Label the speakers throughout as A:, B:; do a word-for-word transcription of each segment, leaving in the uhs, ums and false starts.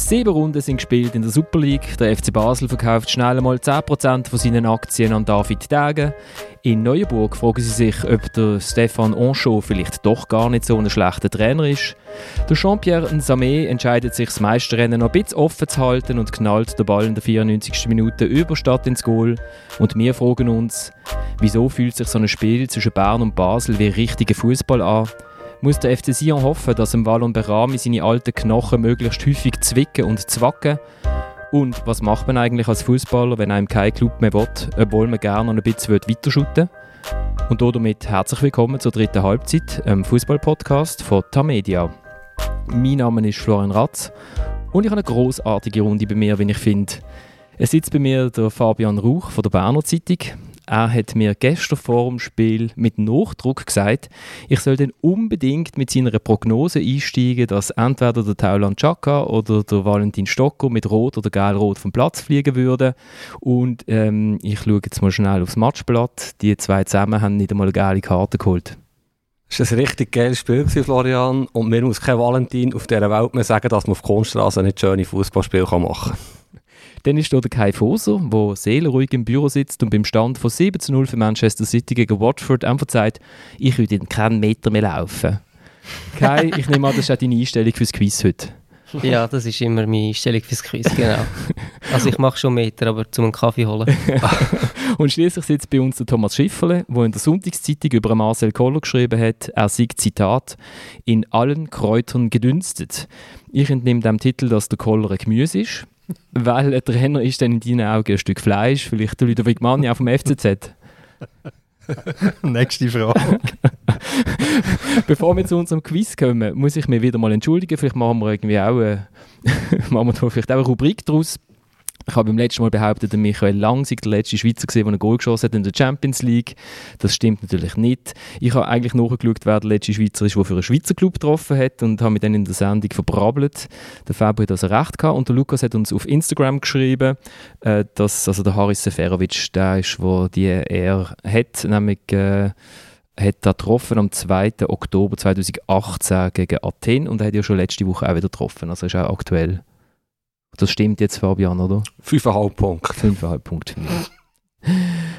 A: Sieben Runden sind gespielt in der Super League. Der F C Basel verkauft schnell einmal zehn Prozent von seinen Aktien an David Degen. In Neuenburg fragen sie sich, ob der Stéphane Henchoz vielleicht doch gar nicht so ein schlechter Trainer ist. Der Jean-Pierre Nzamé entscheidet sich, das Meisterrennen noch ein bisschen offen zu halten und knallt den Ball in der vierundneunzigsten Minute über Stadt ins Goal. Und wir fragen uns, wieso fühlt sich so ein Spiel zwischen Bern und Basel wie richtiger Fußball an? Muss der F C Sion hoffen, dass im Wallon Berami seine alten Knochen möglichst häufig zwicken und zwacken? Und was macht man eigentlich als Fußballer, wenn einem kein Club mehr will, obwohl man gerne noch ein bisschen weiterschuten will? Und damit herzlich willkommen zur dritten Halbzeit, einem Fußball-Podcast von Tamedia. Mein Name ist Florian Ratz und ich habe eine grossartige Runde bei mir, wie ich finde. Es sitzt bei mir der Fabian Rauch von der Berner Zeitung. Er hat mir gestern vor dem Spiel mit Nachdruck gesagt, ich soll dann unbedingt mit seiner Prognose einsteigen, dass entweder der Taulant Xhaka oder der Valentin Stocker mit Rot oder Gelb-Rot vom Platz fliegen würden. Und ähm, ich schaue jetzt mal schnell aufs Matchblatt. Die zwei zusammen haben nicht einmal eine geile Karte geholt.
B: Das war ein richtig geiles Spiel, Florian. Und mir muss kein Valentin auf dieser Welt mehr sagen, dass man auf Kunststraße nicht schöne Fußballspiele machen kann.
A: Dann ist hier der Kai Foser, der seelenruhig im Büro sitzt und beim Stand von sieben zu null für Manchester City gegen Watford einfach sagt, ich würde keinen Meter mehr laufen. Kai, ich nehme an, das ist auch deine Einstellung fürs Quiz heute.
C: Ja, das ist immer meine Einstellung fürs Quiz, genau. Also ich mache schon Meter, aber zum einen Kaffee holen.
A: Und schliesslich sitzt bei uns der Thomas Schifferle, der in der Sonntagszeitung über Marcel Koller geschrieben hat, er sei, Zitat, in allen Kräutern gedünstet. Ich entnehme dem Titel, dass der Koller ein Gemüse ist. Weil ein Trainer ist dann in deinen Augen ein Stück Fleisch, vielleicht der Ludovic Magni auch vom F C Z.
D: Nächste Frage.
A: Bevor wir zu unserem Quiz kommen, muss ich mich wieder mal entschuldigen. Vielleicht machen wir irgendwie auch, äh, machen wir da vielleicht auch eine Rubrik draus. Ich habe beim letzten Mal behauptet, dass Michael Lang sei der letzte Schweizer gesehen, der ein Goal geschossen hat in der Champions League. Das stimmt natürlich nicht. Ich habe eigentlich nachgeschaut, wer der letzte Schweizer ist, der für einen Schweizer Club getroffen hat und habe mich dann in der Sendung verbrabbelt. Der Fabio hat also recht gehabt und der Lukas hat uns auf Instagram geschrieben, äh, dass also der Haris Seferovic der ist, der die er hat, nämlich äh, hat er getroffen am zweiten Oktober zweitausendachtzehn gegen Athen und er hat ja schon letzte Woche auch wieder getroffen, also ist auch aktuell. Das stimmt jetzt, Fabian, oder?
B: fünfeinhalb Punkte.
A: fünfeinhalb Punkte für mich.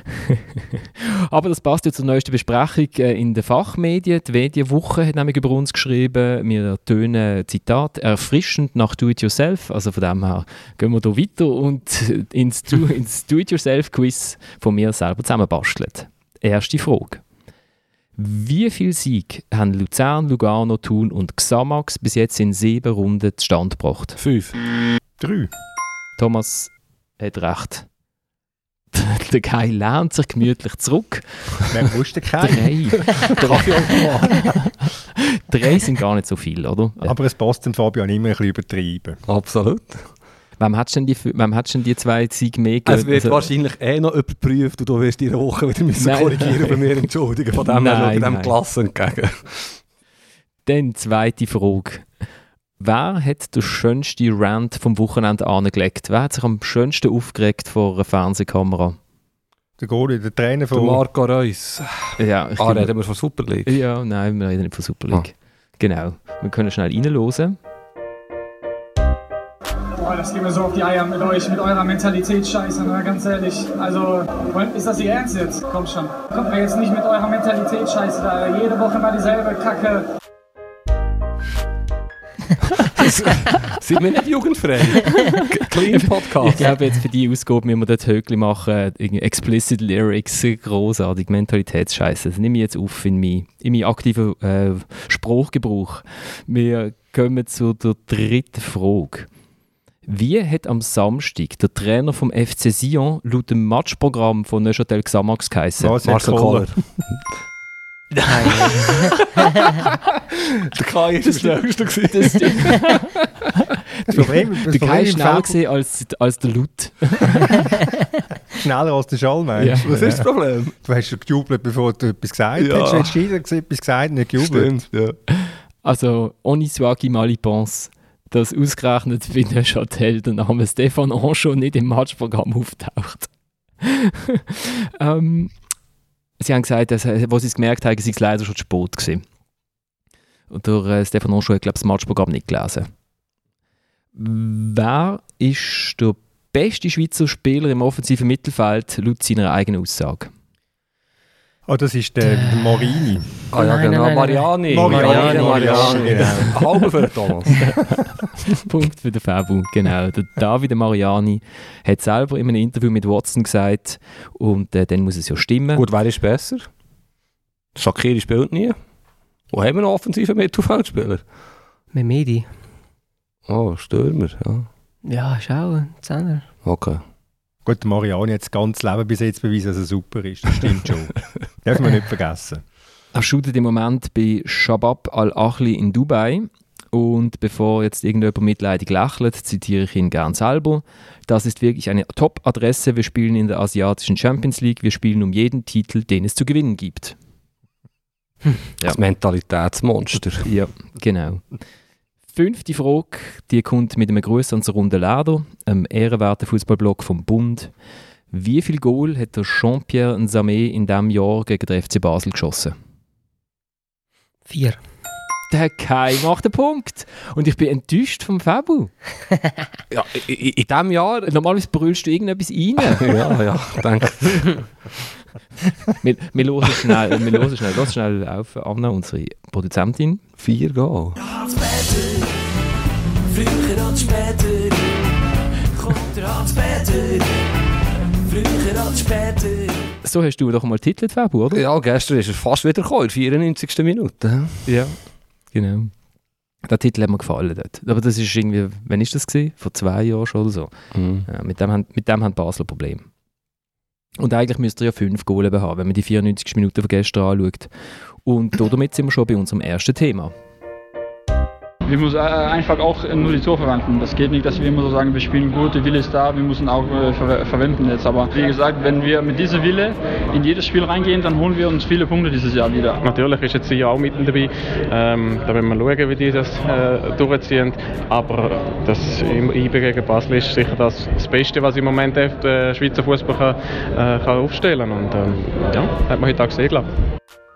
A: Aber das passt ja zur neuesten Besprechung in den Fachmedien. Die Medienwoche hat nämlich über uns geschrieben, wir tönen, Zitat, erfrischend nach Do-It-Yourself. Also von dem her gehen wir hier weiter und ins, Do- ins Do-It-Yourself-Quiz von mir selber zusammenbasteln. Erste Frage. Wie viele Siege haben Luzern, Lugano, Thun und Xamax bis jetzt in sieben Runden zustande gebracht?
B: Fünf.
D: Drei.
A: Thomas hat recht. Der Kai lehnt sich gemütlich zurück.
D: Wer wusste keinen?
A: Drei. Drei sind gar nicht so viel, oder?
D: Aber es passt dem Fabian immer ein bisschen übertrieben.
B: Absolut.
A: Wem hättest du denn die, wem hättest du denn die zwei Siege mehr gegeben?
B: Es wird
A: also,
B: wahrscheinlich eh noch überprüft und du wirst diese Woche wieder müssen
A: Nein.
B: korrigieren bei mir entschuldigen. Von dem her schaue ich dem
A: nein.
B: Klasse entgegen.
A: Dann zweite Frage. Wer hat den schönsten Rant vom Wochenende angelegt? Wer hat sich am schönsten aufgeregt vor einer Fernsehkamera?
D: Der Goalie, der Trainer von...
B: Der Marco Reus.
A: Ja, ich
B: Ah,
A: glaube-
B: reden wir von Super League?
A: Ja, nein, wir reden nicht von Super League. Genau. Wir können schnell reinhören.
E: Boah, das geht mir so auf die Eier mit euch, mit eurer Mentalitätsscheiße, ne? Ganz ehrlich. Also, ist das ihr Ernst jetzt? Kommt schon. Kommt mir jetzt nicht mit eurer Mentalitätsscheiße da. Jede Woche mal dieselbe Kacke.
B: Sind wir nicht jugendfrei? Clean
A: Ich
B: Podcast.
A: glaube, jetzt für die Ausgabe müssen wir dort Höckli machen. irgendwie Explicit Lyrics, großartig, Mentalitätsscheiße. Das nehme ich jetzt auf in meinen in mein aktiven äh, Sprachgebrauch. Wir kommen zu der dritten Frage. Wie hat am Samstag der Trainer vom F C Sion laut dem Matchprogramm von Neuchâtel Xamax geheißen?
D: Marcel
B: Marcel
D: Koller.
B: Koller. Der Kai ist das Schnellste gewesen.
D: Das Problem, das
A: Der Kai
D: Problem
A: war schneller
D: im Feld-
A: gewesen als, als der Lut.
D: schneller als der Schall, meinst du?
B: Was ist das Problem?
D: Du hast schon gejubelt, bevor du etwas gesagt
B: Ja.
D: hast. Du hast jeder etwas gesagt und nicht gejubelt.
B: Stimmt, ja.
A: Also, ohne Swagi Malipens, dass ausgerechnet bei Neuchâtel der Name Stéphane Henchoz nicht im Matchprogramm auftaucht. ähm, sie haben gesagt, dass, äh, als sie es gemerkt haben, sei es leider schon zu spät gewesen. Und der äh, Stéphane Henchoz hat, glaube ich, das Matchprogramm nicht gelesen. Wer ist der beste Schweizer Spieler im offensiven Mittelfeld laut seiner eigenen Aussage?
D: Oh, das ist der, der Morini.
B: Ah ja,
C: Nein,
B: genau,
C: nein, nein,
B: Mariani.
D: Mariani,
B: Mariani.
D: genau.
B: Halber für den Thomas.
A: Punkt für den Fabu, genau. Der Davide Mariani hat selber in einem Interview mit Watson gesagt, und äh, dann muss es ja stimmen.
B: Gut, wer ist besser? Shaqiri spielt nie. Wo haben wir noch offensive Mittelfeldspieler?
C: Mehmedi.
B: Oh, Stürmer, ja.
C: Ja, schau, ein Zehner.
B: Okay.
D: Gut, der Mariani hat das ganze Leben bis jetzt bewiesen, dass er super ist. Das stimmt schon. Darf man nicht vergessen.
A: Er shootet im Moment bei Shabab Al-Achli in Dubai. Und bevor jetzt irgendjemand mitleidig lächelt, zitiere ich ihn gern selber. Das ist wirklich eine Top-Adresse. Wir spielen in der asiatischen Champions League. Wir spielen um jeden Titel, den es zu gewinnen gibt.
B: Hm. Das ja. Mentalitätsmonster.
A: Ja, genau. Fünfte Frage, die kommt mit einem Gruß an Runde Leder, einem ehrenwerten Fußballblog vom Bund. Wie viel Goal hat der Jean-Pierre Nzamé in diesem Jahr gegen den F C Basel geschossen?
C: Vier.
A: Der Kai macht den Punkt. Und ich bin enttäuscht vom Fabu.
B: Ja, in, in diesem Jahr...
A: Normalerweise brüllst du irgendetwas rein.
B: ja, ja, danke.
A: wir, wir hören schnell, wir hören schnell, lass schnell auf Anna, unsere Produzentin.
B: Vier Goal.
F: Hans-Peter, früher als später, kommt der Hans-Peter, früher als später.
A: So hast du doch mal getitelt, Fabu, oder?
B: Ja, gestern ist er fast wieder gekommen, in der vierundneunzigsten Minute.
A: Ja, genau. Der Titel hat mir gefallen dort. Aber das ist irgendwie, wann war das gewesen? Vor zwei Jahren schon oder so.
B: Mhm.
A: Ja, mit dem haben, mit dem haben Basel ein Problem. Und eigentlich müsste er ja fünf Goal haben, wenn man die vierundneunzigsten Minuten von gestern anschaut. Und damit sind wir schon bei unserem ersten Thema.
G: Wir müssen einfach auch nur die Tore verwenden. Das geht nicht, dass wir immer so sagen, wir spielen gut, der Wille ist da, wir müssen auch äh, ver verwenden jetzt. Aber wie gesagt, wenn wir mit dieser Wille in jedes Spiel reingehen, dann holen wir uns viele Punkte dieses Jahr wieder.
H: Natürlich ist jetzt sie auch mitten dabei. Ähm, da werden wir schauen, wie die das äh, durchziehen. Aber das I B gegen Basel ist sicher das, das Beste, was im Moment der Schweizer Fußball kann, äh, kann aufstellen kann. Und ähm, ja, hat man heute auch gesehen, glaube ich.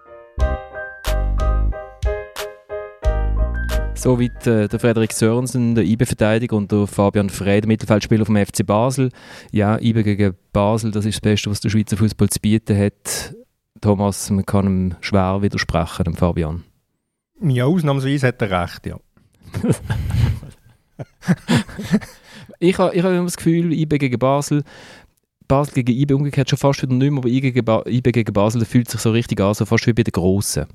A: Soweit äh, der Frederik Sörensen, der I B-Verteidiger, und der Fabian Frey, der Mittelfeldspieler vom F C Basel. Ja, I B gegen Basel, das ist das Beste, was der Schweizer Fußball zu bieten hat. Thomas, man kann ihm schwer widersprechen, dem Fabian.
D: Ja, ausnahmsweise hat er recht, ja.
A: ich habe ich hab immer das Gefühl, I B gegen Basel, Basel gegen I B umgekehrt schon fast wieder nicht mehr, aber I B gegen, ba- I B gegen Basel, das fühlt sich so richtig an, so fast wie bei den Grossen.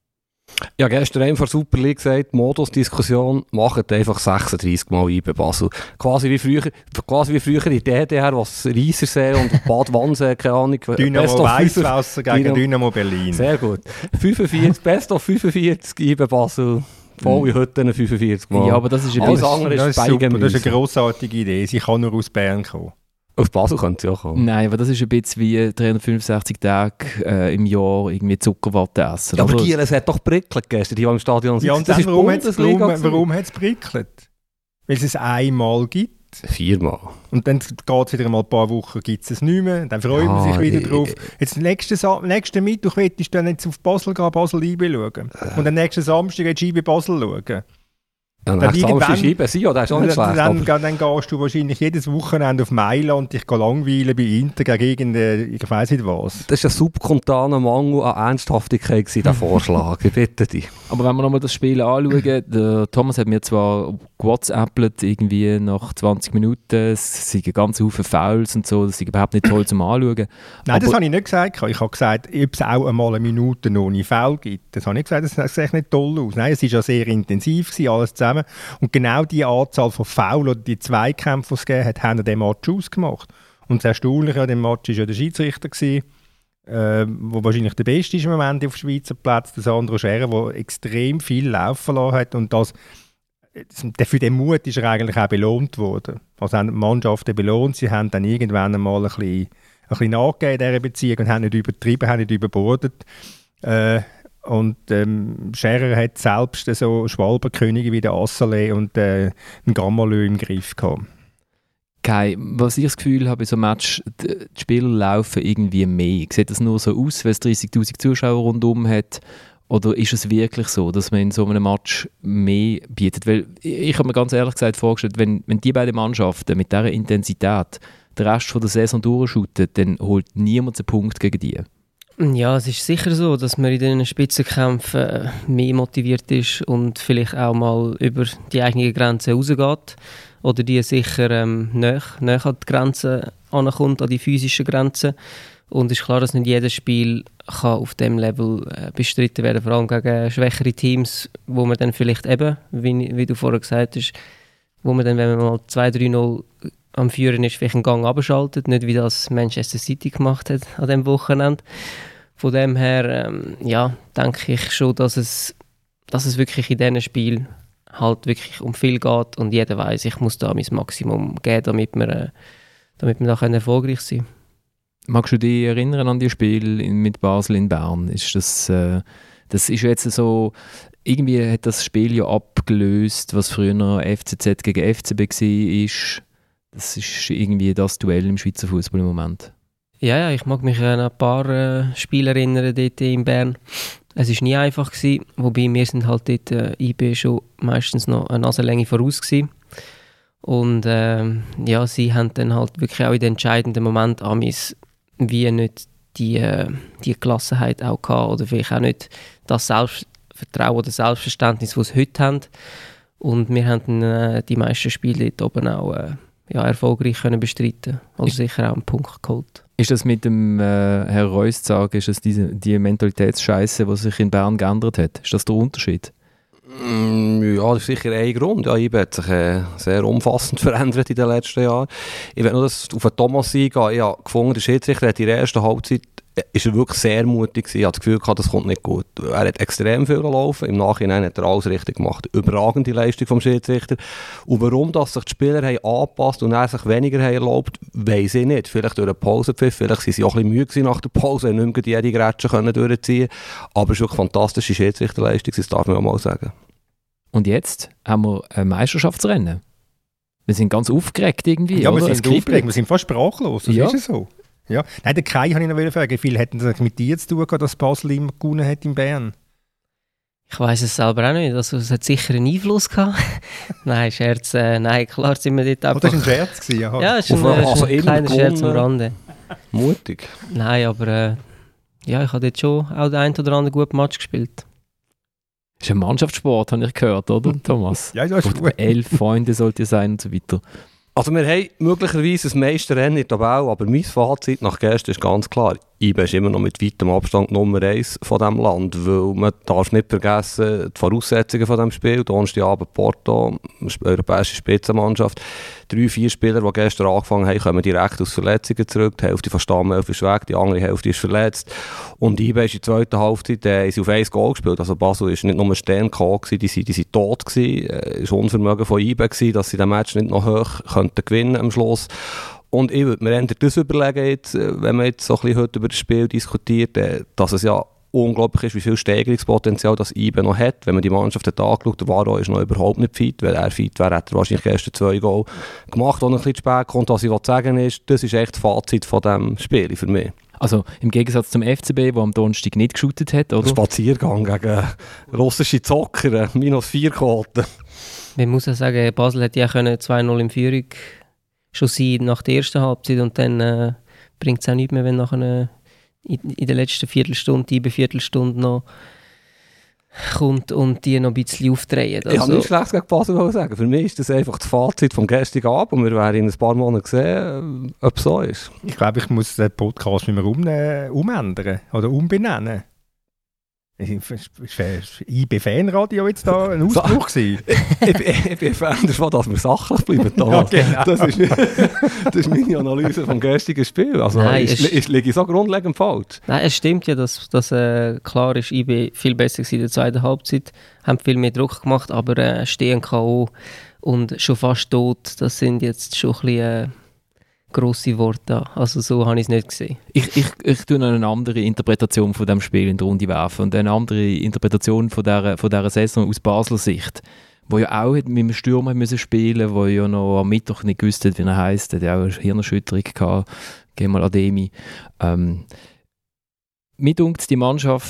B: Ja, gestern haben vor Super League gesagt, Modus-Diskussion, macht einfach sechsunddreissig Mal I B Basel. Quasi wie früher, quasi wie früher in D D R, was Reissersee und Bad Wannsee, keine Ahnung.
D: Dynamo Weißwasser gegen Dynamo, Dynamo Berlin.
B: Sehr gut. fünfundvierzig, Best of fünfundvierzig I B Basel. Volle Hütten fünfundvierzig Mal.
A: Ja, aber das ist,
B: Alles
A: das,
B: andere
D: das
B: ist,
D: ist super, das ist eine
B: Beigemüse.
D: grossartige Idee. Sie kann nur aus Bern kommen.
B: Aus Basel könnte sie auch kommen.
A: Nein, aber das ist ein bisschen wie dreihundertfünfundsechzig Tage äh, im Jahr irgendwie Zuckerwatte essen.
B: Ja, aber
A: oder?
B: Giel, es hat doch prickelt gestern, die die im Stadion
D: Ja, und
B: das
D: dann,
B: ist
D: warum hat es
B: Bundesliga.
D: warum, warum prickelt? Weil es es einmal gibt.
B: Viermal.
D: Und dann geht es wieder mal ein paar Wochen, gibt es es nicht mehr. Dann freut man
B: Ja,
D: sich wieder
B: ich-
D: drauf. Jetzt nächsten, Sa- nächsten Mittwoch willst du dann jetzt auf Basel gehen, Basel I B schauen. Und dann nächsten Samstag willst du I B Basel schauen.
B: Ja,
D: Dann
B: nächstes Samstag
D: irgendwann-
B: ist I B, sie, ja, das ist auch nicht
D: dann,
B: schlecht.
D: dann,
B: aber-
D: dann, dann gehst du wahrscheinlich jedes Wochenende auf Mailand dich langweilen bei Inter gegen irgendeine, ich weiss nicht was.
B: Das war ein subkontaner Mangel an Ernsthaftigkeit, gewesen, der Vorschlag. Ich bitte dich.
A: Aber wenn wir nochmal das Spiel anschauen, der Thomas hat mir zwar gewhatsappt irgendwie nach zwanzig Minuten, es sind ganz viele Fouls und so, das ist überhaupt nicht toll zum Anschauen.
D: Nein,
A: Aber-
D: das habe ich nicht gesagt. Ich habe gesagt, ob es auch einmal eine Minute ohne Foul gibt. Das habe ich gesagt, das sieht nicht toll aus. Nein, es war ja sehr intensiv, gewesen, alles zusammen. Und genau die Anzahl von Foul oder die Zweikämpfe, die es gegeben hat, haben den Match ausgemacht. Und das Erstaunliche an dem Match war ja der Schiedsrichter, gewesen, äh, wo wahrscheinlich der Beste ist im Moment auf dem Schweizer Platz, der Sandro Scherer, der extrem viel laufen lassen hat. Und das, das, für den Mut ist er eigentlich auch belohnt worden. Also haben die Mannschaften belohnt, sie haben dann irgendwann einmal ein bisschen, ein bisschen nachgegeben in dieser Beziehung und haben nicht übertrieben, haben nicht überbordet. Äh, und ähm, Scherer hat selbst so Schwalbenkönige wie der Assalé und äh, einen Gamalö im Griff gehabt.
A: Kai, was ich das Gefühl habe, in so einem Match, die die Spieler laufen irgendwie mehr. Sieht das nur so aus, weil es dreissigtausend Zuschauer rundum hat? Oder ist es wirklich so, dass man in so einem Match mehr bietet? Weil ich habe mir ganz ehrlich gesagt vorgestellt, wenn, wenn die beiden Mannschaften mit dieser Intensität den Rest von der Saison durchschuten, dann holt niemand einen Punkt gegen die.
C: Ja, es ist sicher so, dass man in diesen Spitzenkämpfen äh, mehr motiviert ist und vielleicht auch mal über die eigene Grenze rausgeht. Oder die sicher ähm, näher, näher an die Grenzen ankommt, an die physischen Grenzen. Und es ist klar, dass nicht jedes Spiel kann auf diesem Level äh, bestritten werden, vor allem gegen schwächere Teams, wo man dann vielleicht eben, wie, wie du vorher gesagt hast, wo man dann, wenn man mal zwei drei null am Führen ist, vielleicht einen Gang abschaltet, nicht wie das Manchester City gemacht hat an diesem Wochenende. Von dem her, ähm, ja, denke ich schon, dass es, dass es wirklich in diesen Spielen halt wirklich um viel geht und jeder weiß, ich muss da mein Maximum geben, damit wir, äh, damit wir da erfolgreich sein können.
A: Magst du dich erinnern an die Spiel in, mit Basel in Bern? Ist das, äh, das ist jetzt so, irgendwie hat das Spiel ja abgelöst, was früher F C Z gegen F C B war. Das ist irgendwie das Duell im Schweizer Fußball im Moment.
C: Ja, ja, ich mag mich an ein paar äh, Spiele erinnern dort in Bern. Es war nie einfach gewesen, wobei wir sind halt dort äh, I B schon meistens noch eine Nasenlänge voraus gewesen. Und äh, ja, sie haben dann halt wirklich auch in den entscheidenden Momenten amis wie nicht die, äh, die Gelassenheit auch gehabt oder vielleicht auch nicht das Selbstvertrauen oder Selbstverständnis, das sie heute haben. Und wir haben dann, äh, die meisten Spiele dort oben auch äh, ja, erfolgreich können bestreiten. Also sicher auch einen Punkt geholt.
A: Ist das mit dem äh, Herr Reus zu sagen, ist das diese, die Mentalitätsscheiße, die sich in Bern geändert hat? Ist das der Unterschied?
B: Ja, das ist sicher ein Grund. Ja, I B hat sich äh, sehr umfassend verändert in den letzten Jahren. Ich will nur das auf den Thomas eingehen. Ich habe gefunden, der Schiedsrichter hat in der ersten Halbzeit ist er wirklich sehr mutig gewesen. Ich hatte das Gefühl gehabt, das kommt nicht gut. Er hat extrem viel gelaufen. Im Nachhinein hat er alles richtig gemacht. Überragende Leistung vom Schiedsrichter. Und warum dass sich die Spieler haben angepasst und er sich weniger haben erlaubt, weiss ich nicht. Vielleicht durch einen Pausenpfiff, vielleicht waren sie auch ein bisschen müde nach der Pause und nicht mehr jede Grätsche können durchziehen. Aber es ist wirklich eine fantastische Schiedsrichterleistung, das darf man auch mal sagen.
A: Und jetzt haben wir ein Meisterschaftsrennen. Wir sind ganz aufgeregt irgendwie.
D: Ja,
A: oder?
D: wir sind aufgeregt, wir sind fast sprachlos. Das
A: ja.
D: ist es so. Ja. Nein, der Kai habe ich noch fragen, wie viel hätten das mit dir zu tun gehabt, dass Basel immer gewonnen hat in Bern?
C: Ich weiss es selber auch nicht. Also, es hat sicher einen Einfluss gehabt. Nein, Scherz. Äh, nein, klar sind wir dort einfach...
D: Oh, das war ein Scherz gewesen, ja.
C: Ja, es ist ein, also ein kleiner Scherz am Rande.
B: Mutig.
C: Nein, aber äh, ja, ich habe dort schon auch den einen oder anderen guten Match gespielt.
A: Das ist ein Mannschaftssport, habe ich gehört, oder, Thomas?
D: Ja, das ist gut.
A: Elf Freunde sollte ihr sein und so weiter.
B: Also wir haben möglicherweise ein Meisterrennen in der Tabelle, aber mein Fazit nach gestern ist ganz klar. I B ist immer noch mit weitem Abstand Nummer eins von diesem Land, weil man darf nicht vergessen, die Voraussetzungen von diesem Spiel. Donnerstagabend Porto, europäische Spitzenmannschaft. Drei, vier Spieler, die gestern angefangen haben, kommen direkt aus Verletzungen zurück. Die Hälfte von Stammelf ist weg, die andere Hälfte ist verletzt. Und I B ist in der zweiten Halbzeit äh, sie auf ein Goal gespielt. Also Basel war nicht nur Stern K, die sind, die sind tot gewesen. Es war Unvermögen von I B gewesen, dass sie den Match nicht noch hoch könnten gewinnen am Schluss. Und ich würde mir eher das überlegen, jetzt, wenn man jetzt so ein bisschen heute über das Spiel diskutiert, dass es ja unglaublich ist, wie viel Steigerungspotenzial das I B noch hat. Wenn man die Mannschaft hat angeschaut, der Varo ist noch überhaupt nicht fit. Wenn er fit wäre, hätte er wahrscheinlich erst zwei Goal gemacht, die noch ein bisschen spät kommt. Was ich sagen will, ist, das ist echt das Fazit von diesem Spiel für mich.
A: Also im Gegensatz zum F C B, der am Donnerstag nicht geshootet hat, oder?
B: Spaziergang gegen russische Zocker, minus vier Quoten.
C: Man muss ja sagen, Basel hätte ja zwei null in Führung schon sein nach der ersten Halbzeit und dann äh, bringt es auch nichts mehr, wenn nachher äh, in, in der letzten Viertelstunde, die Viertelstunde noch kommt und die noch ein bisschen aufdrehen. Also,
B: ich habe nichts Schlechtes gegen Basel sagen. Für mich ist das einfach das Fazit vom gestrigen Abend und wir werden in ein paar Monaten sehen, ob es so ist.
D: Ich glaube, ich muss den Podcast nicht mehr um, äh, umändern oder umbenennen. I B-Fanradio jetzt da ein Ausbruch gewesen?
B: ich, ich, ich bin Fan davon, dass wir sachlich bleiben, Thomas. Ja, genau. Das ist, das ist meine Analyse vom gestrigen Spiel. Also
C: Nein,
B: ich, ich, ich liege so grundlegend falsch.
C: Nein, es stimmt ja, dass, dass äh, klar ist, I B viel besser war in der zweiten Halbzeit, haben viel mehr Druck gemacht, aber äh, stehen K O und schon fast tot, das sind jetzt schon ein bisschen... Äh, grosse Worte. Also so habe ich es nicht gesehen.
A: Ich, ich, ich tue noch eine andere Interpretation von dem Spiel in die Runde werfen und eine andere Interpretation von dieser, von dieser Saison aus Basler Sicht, wo ja auch mit einem Stürmer müssen spielen, wo ja noch am Mittwoch nicht gewusst hat, wie er heisst, hat ja auch eine Hirnerschütterung gehabt, gehen mal Ademi. Ähm, mir dunkt, die Mannschaft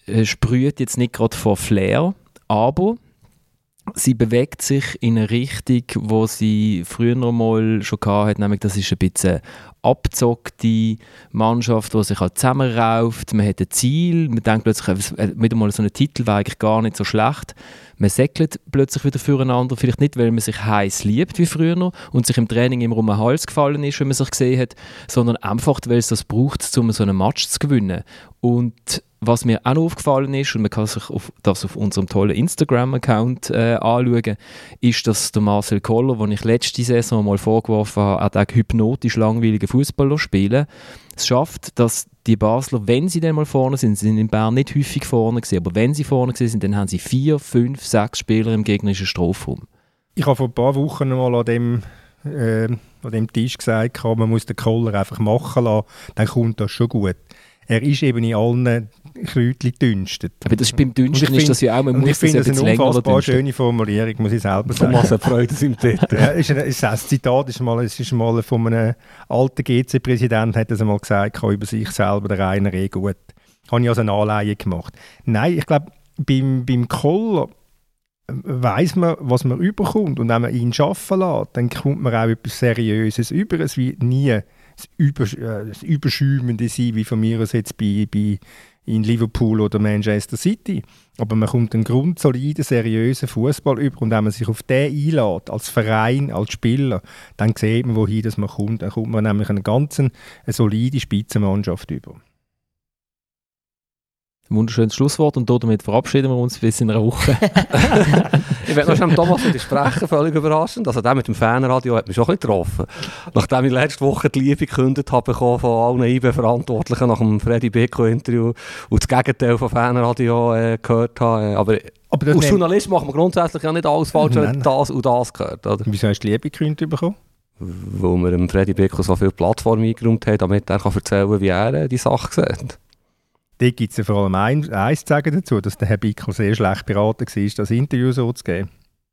A: äh, sprüht jetzt nicht gerade vor Flair, aber sie bewegt sich in eine Richtung, wo sie früher noch mal schon hatte, nämlich das ist ein bisschen abgezockte Mannschaft, die sich halt zusammenrauft, man hat ein Ziel, man denkt plötzlich, wieder mal so ein Titel wäre eigentlich gar nicht so schlecht. Man säckelt plötzlich wieder füreinander, vielleicht nicht, weil man sich heiß liebt wie früher noch und sich im Training immer um den Hals gefallen ist, wenn man sich gesehen hat, sondern einfach, weil es das braucht, um so einen Match zu gewinnen. Und was mir auch noch aufgefallen ist, und man kann sich auf, das auf unserem tollen Instagram-Account äh, anschauen, ist, dass der Marcel Koller, den ich letzte Saison mal vorgeworfen habe, auch hypnotisch langweiligen Fußballer spielen, es schafft, dass die Basler, wenn sie dann mal vorne sind, sie sind in Bern nicht häufig vorne gewesen, aber wenn sie vorne sind, dann haben sie vier, fünf, sechs Spieler im gegnerischen Strafraum.
D: Ich habe vor ein paar Wochen mal an dem, äh, an dem Tisch gesagt, man muss den Koller einfach machen lassen, dann kommt das schon gut. Er ist eben in allen Kräutchen dünstet.
A: Aber das ist beim Dünsten ist das ja auch, man
D: muss
A: ich finde
D: das eine unfassbar schöne Formulierung, muss ich selber sagen.
B: Thomas hat Freude im Titel.
D: Ja, ist ein, ist ein Zitat, ist mal, es ist mal von einem alten G C-Präsident, hat das einmal gesagt, über sich selber, der Rainer eh gut. Habe ich also eine Anleihe gemacht. Nein, ich glaube, beim, beim Koller weiss man, was man überkommt. Und wenn man ihn arbeiten lässt, dann kommt man auch etwas Seriöses über. Es wird nie das, Übersch äh, das Überschäumende sein, wie von mir aus jetzt bei, bei in Liverpool oder Manchester City. Aber man kommt einen grundsoliden, seriösen Fußball über. Und wenn man sich auf den einlädt, als Verein, als Spieler, dann sieht man, wohin das man kommt. Dann kommt man nämlich eine ganz eine solide Spitzenmannschaft über.
A: Wunderschönes Schlusswort und damit verabschieden wir uns bis in einer Woche.
B: Ich werde noch schon Thomas widersprechen, völlig überraschend. Also der mit dem Fanradio hat mich schon ein bisschen getroffen. Nachdem ich letzte Woche die Liebe gekündigt habe bekommen von allen I B-Verantwortlichen nach dem Freddy Beko-Interview und das Gegenteil von Fanradio äh, gehört habe. Aber, Aber als Journalist macht man grundsätzlich ja nicht alles falsch, wenn das und das gehört. Oder?
D: Wieso hast du die Liebe gekündigt bekommen?
B: Weil wir dem Freddy Beko so viel Plattform eingeräumt haben, damit er kann erzählen kann, wie er äh, die Sache sieht.
D: Da gibt es ja vor allem ein, eins zu sagen dazu, dass der Herr Bickel sehr schlecht beraten war, das Interview so zu geben.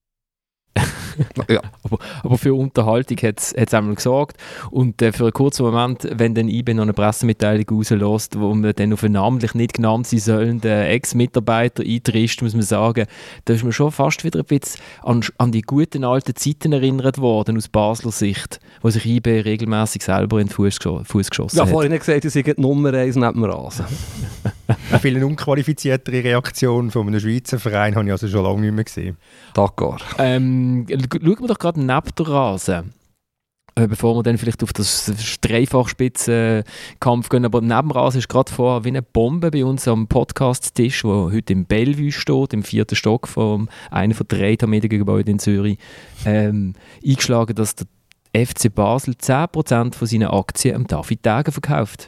A: Ja. aber, aber für Unterhaltung hat es einmal gesorgt. Und äh, für einen kurzen Moment, wenn dann I B noch eine Pressemitteilung rauslässt, wo man dann auf einen namentlich nicht genannt sein sollenden Ex-Mitarbeiter eintrischt, muss man sagen, da ist man schon fast wieder ein bisschen an, an die guten alten Zeiten erinnert worden, aus Basler Sicht, wo sich I B regelmäßig selber in den Fuß geschossen
B: ja,
A: hat.
B: Ja, vorhin gesagt, sie sind Nummer eins neben dem Rasen.
D: Eine viel unqualifiziertere Reaktion von einem Schweizer Verein habe ich also schon lange nicht mehr gesehen.
B: D'accord.
A: Ähm, schauen wir doch gerade neben den Rasen, äh, bevor wir dann vielleicht auf das Dreifachspitzenkampf gehen. Aber neben dem Rasen ist gerade vor wie eine Bombe bei uns am Podcast-Tisch, der heute im Bellevue steht, im vierten Stock von einem der drei Mediengebäude in Zürich, ähm, eingeschlagen, dass der F C Basel zehn Prozent von seinen Aktien am David Degen verkauft.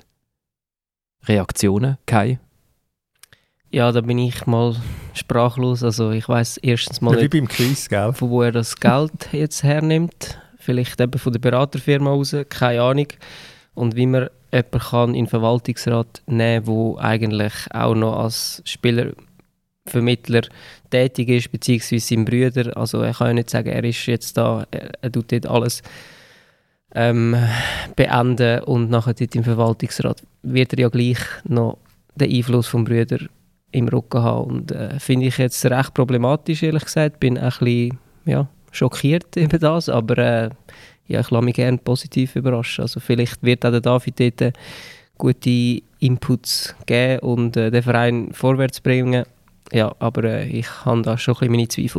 A: Reaktionen, Kai?
C: Ja, da bin ich mal sprachlos. Also ich weiss erstens mal
D: ja,
C: nicht,
D: wie beim Quiz, gell?
C: von wo er das Geld jetzt hernimmt. Vielleicht eben von der Beraterfirma raus, keine Ahnung. Und wie man jemanden kann in den Verwaltungsrat nehmen kann, der eigentlich auch noch als Spielervermittler tätig ist, beziehungsweise sein Bruder. Also er kann ja nicht sagen, er ist jetzt da, er, er tut dort alles ähm, beenden und nachher dort im Verwaltungsrat wird er ja gleich noch den Einfluss vom Bruder im Rücken haben. Und äh, finde ich jetzt recht problematisch, ehrlich gesagt. Bin ein bisschen ja, schockiert über das, aber äh, ja, ich lasse mich gerne positiv überraschen. Also vielleicht wird auch der David dort gute Inputs geben und äh, den Verein vorwärts bringen. Ja, aber äh, ich habe da schon ein bisschen meine Zweifel.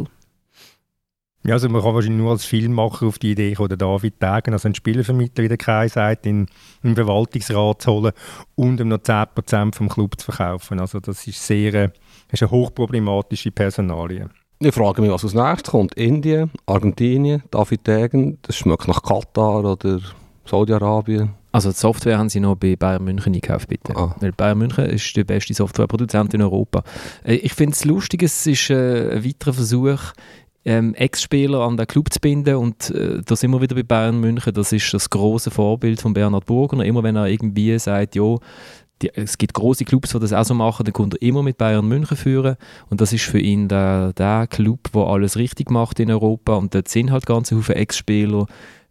D: Ja, also man kann wahrscheinlich nur als Filmmacher auf die Idee kommen, den David Degen, also einen Spielervermittler, wie der Kai sagt, in den Verwaltungsrat zu holen und ihm noch zehn Prozent vom Club zu verkaufen. Also das ist sehr, das ist eine hochproblematische Personalie.
B: Ich frage mich, was als nächstes kommt. Indien, Argentinien, David Degen, das schmeckt nach Katar oder Saudi-Arabien.
A: Also die Software haben sie noch bei Bayern München eingekauft, bitte. Ah. Weil Bayern München ist der beste Softwareproduzent in Europa. Ich finde es lustig, es ist ein weiterer Versuch, Ähm, Ex-Spieler an den Club zu binden und äh, da sind wir wieder bei Bayern München, das ist das grosse Vorbild von Bernhard Burgner, immer wenn er irgendwie sagt, ja, die, es gibt grosse Clubs, die das auch so machen, dann kommt er immer mit Bayern München führen und das ist für ihn der, der Club, der alles richtig macht in Europa und dort sind halt ganze Haufen Ex-Spieler.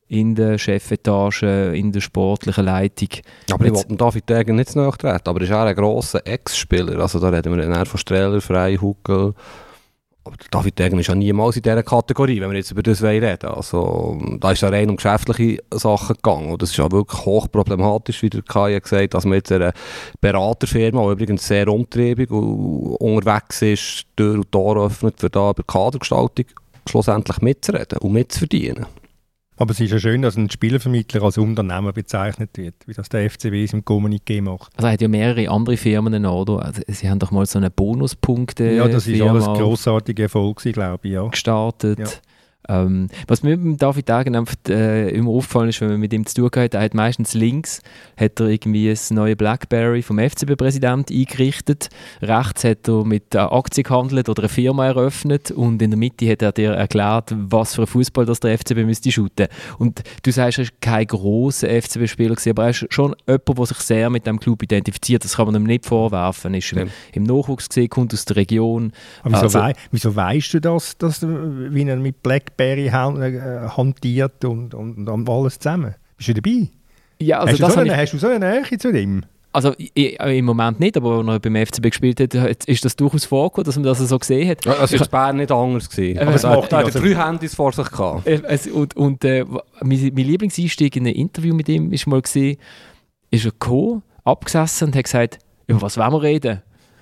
A: in der Chefetage, in der sportlichen Leitung.
B: Aber ich wollte David Degen nicht zu nahe treten, aber er ist auch ein grosser Ex-Spieler. Also da reden wir dann von Strehler, Frey, Huckel. Aber David Degen ist ja niemals in dieser Kategorie, wenn wir jetzt über das reden. Also da ist ja rein um geschäftliche Sachen gegangen. Und das ist ja wirklich hochproblematisch, wie der Kai gesagt hat, dass man jetzt eine Beraterfirma, die übrigens sehr umtriebig und unterwegs ist, Tür und Tor öffnet, für da über Kadergestaltung schlussendlich mitzureden und mitzuverdienen.
D: Aber es ist ja schön, dass ein Spielervermittler als Unternehmer bezeichnet wird, wie das der F C B im Kommuniqué macht.
A: Also er hat ja mehrere andere Firmen noch, oder? Also, sie haben doch mal so eine Bonuspunkte
D: Ja, das ist alles ein grossartiger Erfolg, glaube ich, ja.
A: gestartet.
D: Ja.
A: Ähm, was mir mit David Degen einfach äh, immer aufgefallen ist, wenn man mit ihm zu tun hat, er hat meistens links hat er irgendwie das neue Blackberry vom F C B-Präsident eingerichtet, rechts hat er mit einer Aktie gehandelt oder eine Firma eröffnet und in der Mitte hat er dir erklärt, was für ein Fußball das der F C B müsste shooten. Und du sagst, er ist kein grosser F C B-Spieler gewesen, aber er ist schon jemand, der sich sehr mit dem Club identifiziert. Das kann man ihm nicht vorwerfen. Er ist im, im Nachwuchs gesehen, kommt aus der Region.
D: Aber wieso,
A: Also,
D: wei wieso weißt du das, dass du, wie er mit Blackberry han äh, hantiert und, und, und alles zusammen? Bist du dabei?
A: ja, also
D: hast, du
A: das
D: so
A: habe
D: eine,
A: ich,
D: hast du so eine Nähe zu dem?
A: also i- i- im Moment nicht, aber wenn er beim F C B gespielt hat, ist das durchaus vorgekommen, dass man das so gesehen hat.
B: Ja, das war in Bern nicht anders gewesen.
A: Aber
B: Aber
A: es
B: da
D: macht
B: da hat
D: ihn
B: er
D: also-
B: früh Handys vor sich gehabt.
A: Äh, es- Und, und äh, mein, mein Lieblingseinstieg in ein Interview mit ihm ist mal gesehen, ist er gekommen, abgesessen und hat gesagt, über was wollen wir reden?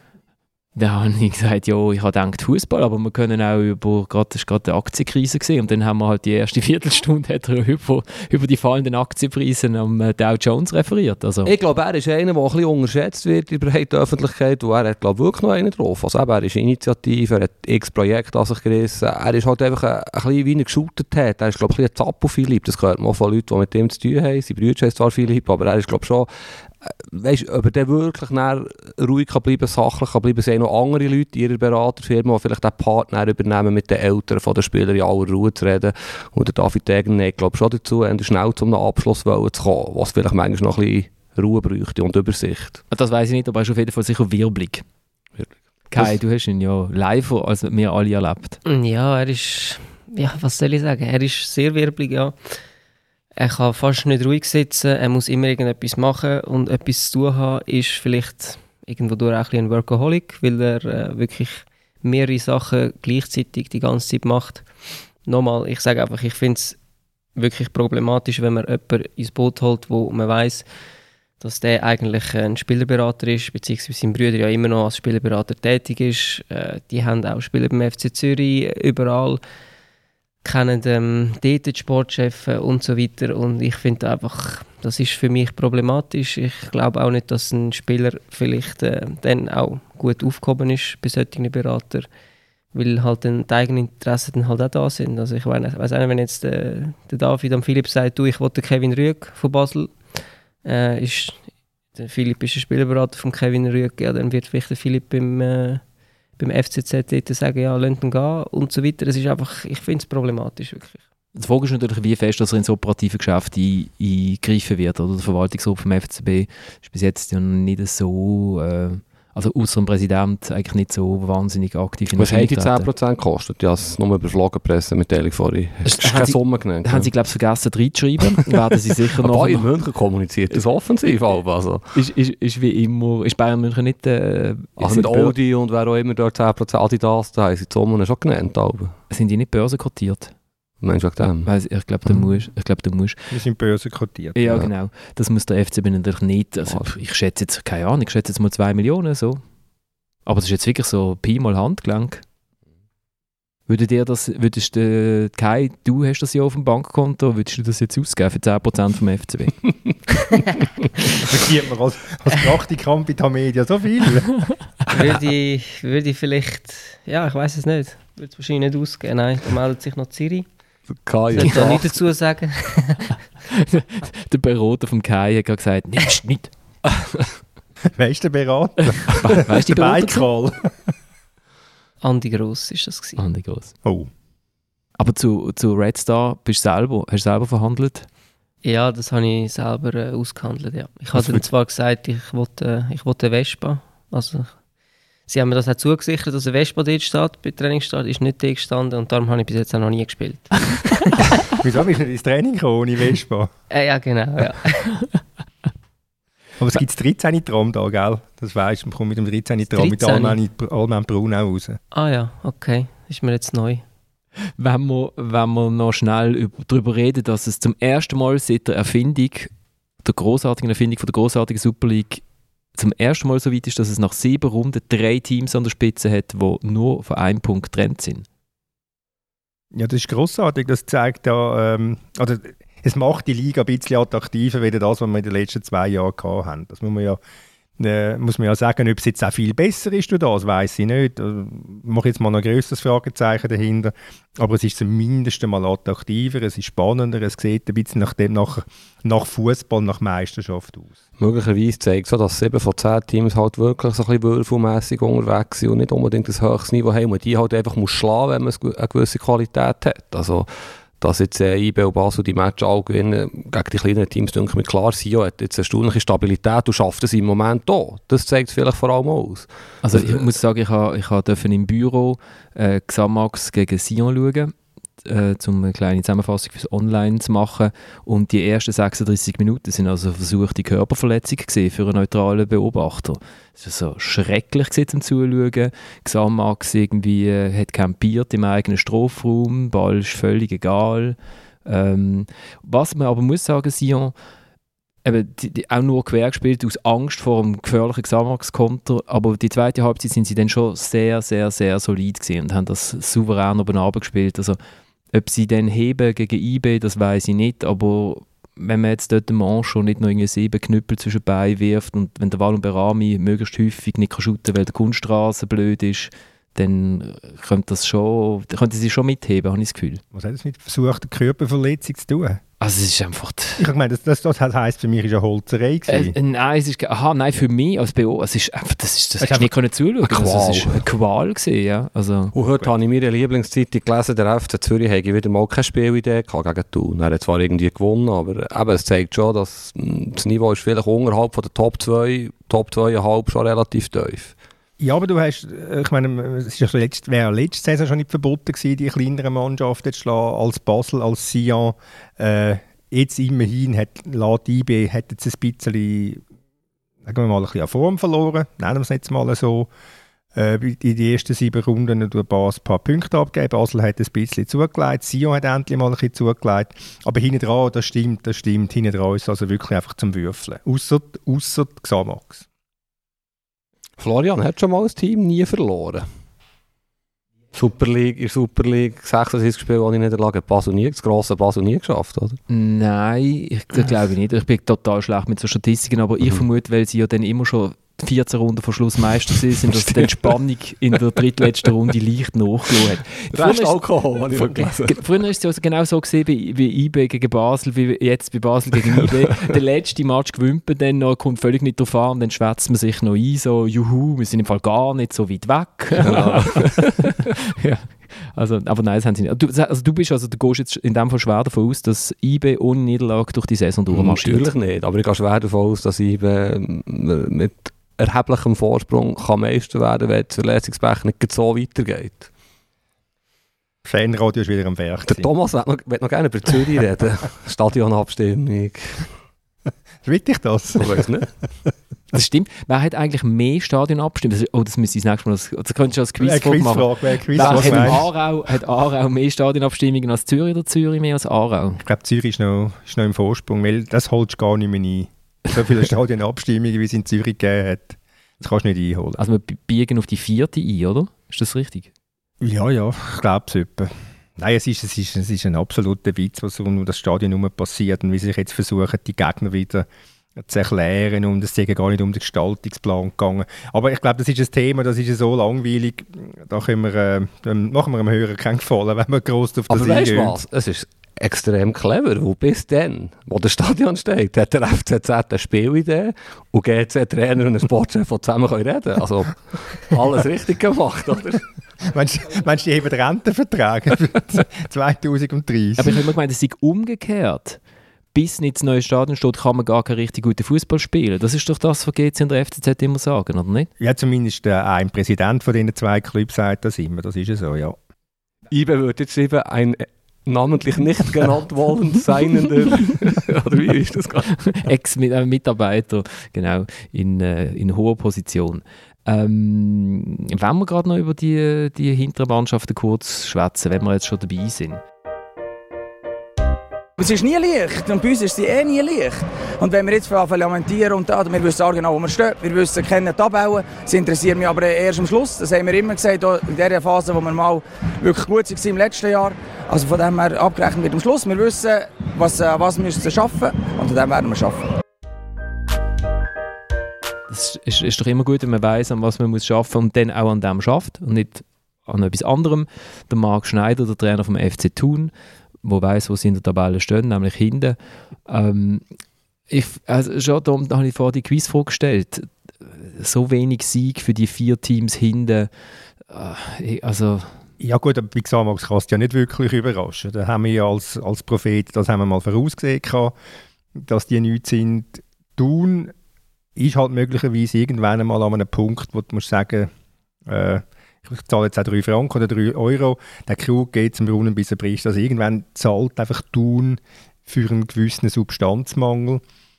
A: Dann habe ich gesagt, ja, ich habe gedacht Fußball, aber wir können auch über, gerade, das war gerade eine Aktienkrise gewesen, und dann haben wir halt die erste Viertelstunde hat er über, über die fallenden Aktienpreise am äh, Dow Jones referiert. Also,
B: Ich glaube, er ist einer, der ein bisschen unterschätzt wird in der breiten Öffentlichkeit, und er hat, glaube ich, wirklich noch einen drauf. Also eben, er ist Initiative, er hat x Projekte an sich gerissen. Er ist halt einfach ein, ein bisschen wie er geshootet hat. Er ist, glaube ich, ein bisschen ein Zappo-Philipp. Das gehört man auch von Leuten, die mit ihm zu tun haben. Sein Bruder heißt zwar Philipp, aber er ist, glaube ich, schon... Weißt du, ob er dann wirklich ruhig kann bleiben, sachlich kann bleiben, sind noch andere Leute in ihrer Beraterfirma, die vielleicht auch Partner übernehmen, mit den Eltern von der Spieler in aller Ruhe zu reden. Und der David Degen neigt, glaube ich, schon dazu, schnell zu einem Abschluss zu kommen, was vielleicht manchmal noch ein bisschen Ruhe bräuchte und Übersicht.
A: das weiß ich nicht, aber er ist auf jeden Fall sicher wirbelig. Kai, du hast ihn ja live, als wir alle erlebt.
C: Ja, er ist, ja, was soll ich sagen, er ist sehr wirbelig, ja. Er kann fast nicht ruhig sitzen, er muss immer irgendetwas machen und etwas zu tun haben, ist vielleicht irgendwo durch auch ein bisschen ein Workaholic, weil er äh, wirklich mehrere Sachen gleichzeitig die ganze Zeit macht. Nochmal, ich sage einfach, ich finde es wirklich problematisch, wenn man jemanden ins Boot holt, wo man weiss, dass der eigentlich ein Spielerberater ist, beziehungsweise sein Bruder ja immer noch als Spielerberater tätig ist. Äh, die haben auch Spieler beim F C Zürich, überall, kennen ähm, dort die Sportchefs und so weiter. Und ich finde einfach, das ist für mich problematisch. Ich glaube auch nicht, dass ein Spieler vielleicht äh, dann auch gut aufgehoben ist bei solchen Beratern, weil halt dann die eigenen Interessen dann halt auch da sind. Also ich weiss auch nicht, wenn jetzt äh, der David am Philipp sagt, du, ich will den Kevin Rüegg von Basel, äh, ist, der Philipp ist ein Spielerberater von Kevin Rüegg, ja, dann wird vielleicht der Philipp beim, äh, beim F C Z dort sagen, ja, lasst ihn gehen und so weiter. Es ist einfach, ich finde es problematisch, wirklich.
A: Die Frage ist natürlich, wie fest dass er ins operative Geschäft ein- eingreifen wird. Oder? Der Verwaltungsrat vom F C B ist bis jetzt ja nicht so, äh, also außer dem Präsident, eigentlich nicht so wahnsinnig aktiv in
B: Was
A: der
B: haben die
A: Öffentlichkeit.
B: zehn Prozent gekostet? Ja, es ist nur überflogen Pressemitteilung vorhin. Es ist
A: Haben
B: keine
A: Sie-
B: Summe genannt.
A: Da haben sie, glaube ich, vergessen reinzuschreiben. Werden sie sicher
B: Aber
A: noch...
B: Bayern München kommuniziert das offensiv. Also,
A: ist, ist, ist wie immer... Ist Bayern München nicht... Äh,
B: also
A: sind
B: mit
A: Bör-
B: Audi und wer auch immer dort zehn Prozent Adidas, da haben sie die Summe schon genannt. Aber.
A: Sind die nicht börsenkotiert?
B: Meinst du wegen dem?
A: Weiss- Ich glaube, du
B: Mhm.
A: musst... Ich glaube, du musst...
D: Wir sind börsenkotiert.
A: Ja,
B: Ja.
A: genau. Das muss der F C B natürlich nicht... Also,
B: Also.
A: ich schätze jetzt... Keine Ahnung, ich schätze jetzt mal zwei Millionen, so. Aber das ist jetzt wirklich so Pi mal Handgelenk. Würdet ihr das... Würdest du... Kai, du hast das ja auf dem Bankkonto. Würdest du das jetzt ausgeben für zehn Prozent vom F C B?
D: Verdient man als, als Praktikant bei Tamedia so viel?
C: würde, ich, würde ich vielleicht, ja, ich weiß es nicht, würde es wahrscheinlich nicht ausgeben, nein, da meldet sich noch Ziri.
B: Kai
C: Ich sollte da nichts dazu sagen.
A: Der Berater vom Kai hat gerade gesagt, nimmst nicht.
D: Wer ist der Berater?
A: Weißt du die
D: Der
A: Berater?
D: Beikral.
C: Andi Gross ist das gewesen.
A: Andi Gross.
D: Oh.
A: Aber zu, zu Red Star bist du selber, hast du selber verhandelt?
C: Ja, das habe ich selber äh, ausgehandelt, ja. Ich
D: Was
C: habe
D: für-
C: zwar gesagt, ich wollte, äh, ich wollte eine Vespa, also Sie haben mir das auch zugesichert, dass ein Vespa dort steht, bei Trainingsstart, ist nicht dort gestanden und darum habe ich bis jetzt auch noch nie gespielt.
D: Wieso bist du nicht ins Training gekommen ohne Vespa?
C: äh, ja, genau, ja.
D: Aber es gibt das dreizehn Tram da, gell? Das weisst du, man kommt mit dem dreizehn Tram mit Allmann Braunau raus.
C: Ah ja, okay, ist mir jetzt neu.
A: Wenn wir, wenn wir noch schnell über, darüber reden, dass es zum ersten Mal seit der Erfindung, der grossartigen Erfindung von der grossartigen Super League, zum ersten Mal so weit ist, dass es nach sieben Runden drei Teams an der Spitze hat, die nur von einem Punkt getrennt sind.
D: Ja, das ist grossartig. Das zeigt ja, ähm, also es macht die Liga ein bisschen attraktiver, als das, was wir in den letzten zwei Jahren hatten. Das muss man ja, äh, muss man ja sagen, ob es jetzt auch viel besser ist durch das, weiss ich nicht. Ich mache jetzt mal noch ein grösseres Fragezeichen dahinter. Aber es ist zumindest mal attraktiver, es ist spannender, es sieht ein bisschen nach, dem, nach, nach Fußball, nach Meisterschaft aus.
B: Möglicherweise zeigt es so, dass sieben von zehn Teams halt wirklich so ein bisschen würfelmässig unterwegs sind und nicht unbedingt ein höchstes Niveau haben und die halt einfach muss schlagen, wenn man eine gewisse Qualität hat. Also, dass jetzt äh, I B und Basel die Matches alle gewinnen gegen die kleinen Teams, denke ich, klar, Sion hat jetzt eine erstaunliche Stabilität und schafft es im Moment auch. Das zeigt es vielleicht vor allem aus.
A: Also ich muss sagen, ich habe ich ha im Büro äh, Xamax gegen Sion schauen, äh, um eine kleine Zusammenfassung fürs Online zu machen. Und die ersten sechsunddreißig Minuten sind also versuchte Körperverletzung gewesen für einen neutralen Beobachter. Es war so schrecklich gewesen, zum Zuschauen. Xamax irgendwie äh, hat campiert im eigenen Strafraum, Ball ist völlig egal. Ähm, was man aber muss sagen, Sion, eben, die, die, auch nur quer gespielt aus Angst vor einem gefährlichen Xamax-Konter, aber die zweite Halbzeit sind sie dann schon sehr, sehr, sehr solid gewesen und haben das souverän oben runtergespielt. Also ob sie dann heben gegen I B, das weiß ich nicht, aber wenn man jetzt dort dem schon nicht noch irgendwie sieben Knüppel zwischen den Beinen wirft und wenn der Walon Berami möglichst häufig nicht shooten kann, weil der Kunststraße blöd ist, dann könnte, das schon, könnte sie schon mitheben, habe ich das Gefühl.
D: Was hat das mit versuchter Körperverletzung zu tun?
A: Also es ist einfach...
D: Ich meine, das, das, das heisst für mich, ist eine Holzerei gewesen.
A: Äh, nein, es ist... Aha, nein, für mich als B O, es ist einfach... Das ist... Das
D: es
A: hast du nicht können zuschauen.
B: Eine Qual.
A: Also, es ist eine Qual gewesen, ja. Also,
B: und heute habe ich in meiner Lieblingszeitung gelesen, der F C Zürich hätte wieder mal keine Spielidee gehabt gegen Thun. Er hat zwar irgendwie gewonnen, aber eben, es zeigt schon, dass das Niveau ist vielleicht unterhalb von der Top zwei, Top zwei Komma fünf schon relativ tief.
D: Ja, aber du hast, ich meine, es ist ja letzt, wäre letzte Saison schon nicht verboten gewesen, die kleineren Mannschaften zu schlagen, als Basel, als Sion. Äh, jetzt immerhin hat laut I B hat jetzt ein bisschen, sagen wir mal, ein bisschen an Form verloren, nennen wir es jetzt mal so. Äh, in den ersten sieben Runden durch Basel ein paar Punkte abgegeben. Basel hat ein bisschen zugelegt, Sion hat endlich mal ein bisschen zugelegt. Aber hinten dran, das stimmt, das stimmt, hinten dran ist es also wirklich einfach zum Würfeln. Ausser, ausser Xamax.
B: Florian hat schon mal ein Team nie verloren. Super League, in der Super League sechsunddreißig Spiele ohne Niederlage, Basel nie, das grosse Basel nie geschafft, oder?
A: Nein, ich, das glaube ich nicht. Ich bin total schlecht mit so Statistiken, aber mhm. ich vermute, weil sie ja dann immer schon vierzehn Runden vor Schluss Meister sind, dass dann die Spannung in der drittletzten Runde leicht nachgelassen hat.
B: Rest Alkohol, habe ich
A: früher,
B: gelesen.
A: Früher war es ja genau so gewesen, wie, wie I B gegen Basel, wie jetzt bei Basel gegen I B. Der letzte Match gewinnt man dann noch, kommt völlig nicht drauf an, dann schwätzt man sich noch ein, so juhu, wir sind im Fall gar nicht so weit weg. Ja. Ja. Also, aber nein, das haben sie nicht. Du, also du, bist also, du gehst jetzt in dem Fall schwer davon aus, dass I B ohne Niederlage durch die Saison durchmarschiert.
B: Natürlich nicht, aber ich gehe schwer davon aus, dass I B mit erheblichem Vorsprung kann Meister werden, wenn das Verletzungspech nicht so weitergeht.
D: Fanradio ist wieder am Werk.
B: Der Thomas will noch, will noch gerne über Zürich reden. Stadionabstimmung.
D: Will ich das?
B: Ich weiß nicht.
A: Das stimmt. Wer hat eigentlich mehr Stadionabstimmungen? Oh, das müsste ich das nächste Mal... Das, das könntest du als Quizfrage machen.
D: Wer Quiz
A: Wer hat, Aarau, hat Aarau mehr Stadionabstimmungen als Zürich oder Zürich mehr als Aarau?
D: Ich glaube, Zürich ist noch, ist noch im Vorsprung, weil das holst du gar nicht mehr ein. So viele Stadionabstimmungen, wie es in Zürich gegeben hat, das kannst du nicht einholen.
A: Also wir biegen auf die vierte ein, oder? Ist das richtig?
D: Ja, ja, ich glaube es etwa. Nein, es ist, es, ist, es ist ein absoluter Witz, was um das Stadion herum passiert und wie sich jetzt versuchen, die Gegner wieder zu erklären und es geht gar nicht um den Gestaltungsplan gegangen. Aber ich glaube, das ist ein Thema, das ist so langweilig, da können wir, äh, dann machen wir dem Hörer keinen Gefallen, wenn wir gross auf das
B: Aber weißt du was, es ist extrem clever, wo bis dann, wo das Stadion steht, hat der F C Z eine Spielidee und G C-Trainer und ein Sportchef, die zusammen reden können. Also alles richtig gemacht, oder?
D: Meinst du, die haben den Rentenvertrag für zwanzig dreißig?
A: Aber ich habe immer gemeint, es sei umgekehrt. bis nicht das neue Stadion steht, kann man gar keinen richtig guten Fußball spielen. Das ist doch das, was G C und der F C Z immer sagen, oder nicht?
D: Ja, zumindest äh, ein Präsident von diesen zwei Clubs sagt das immer, das ist ja so, ja.
B: I B E würde jetzt schreiben, ein namentlich nicht genannt wollen seinender, oder wie ist das gerade?
A: Ex-Mitarbeiter, genau, in, äh, in hoher Position. Ähm, wenn wir gerade noch über die, die hinteren Mannschaften kurz schwätzen, wenn wir jetzt schon dabei sind.
I: Es ist nie leicht und bei uns ist sie eh nie leicht. Und wenn wir jetzt lamentieren und da, wir wissen auch genau, wo wir stehen, wir wissen, kennen die Tabellen, sie interessieren mich aber erst am Schluss. Das haben wir immer gesagt, auch in der Phase, wo wir mal wirklich gut waren im letzten Jahr. Also von dem her abgerechnet wird am Schluss. Wir wissen, was, was wir müssen schaffen und an dem werden wir schaffen.
A: Es ist, ist doch immer gut, wenn man weiss, an was man muss schaffen und dann auch an dem schafft und nicht an etwas anderem. Der Marc Schneider, der Trainer vom F C Thun, der weiss, wo sie in der Tabelle stehen, nämlich hinten. Ähm, ich, also schon, da, da habe ich vorher die Quizfrage gestellt. So wenig Sieg für die vier Teams hinten. Äh, also
D: Ja gut, aber wie gesagt, Max, kann es ja nicht wirklich überraschen. Da haben wir ja als, als Prophet, das haben wir mal vorausgesehen, dass die nichts sind. Thun ist halt möglicherweise irgendwann einmal an einem Punkt, wo du musst sagen, äh, ich zahle jetzt auch drei Franken oder drei Euro, der Krug geht zum Brunnen bis er bricht. Also irgendwann zahlt einfach Thun für einen gewissen Substanzmangel.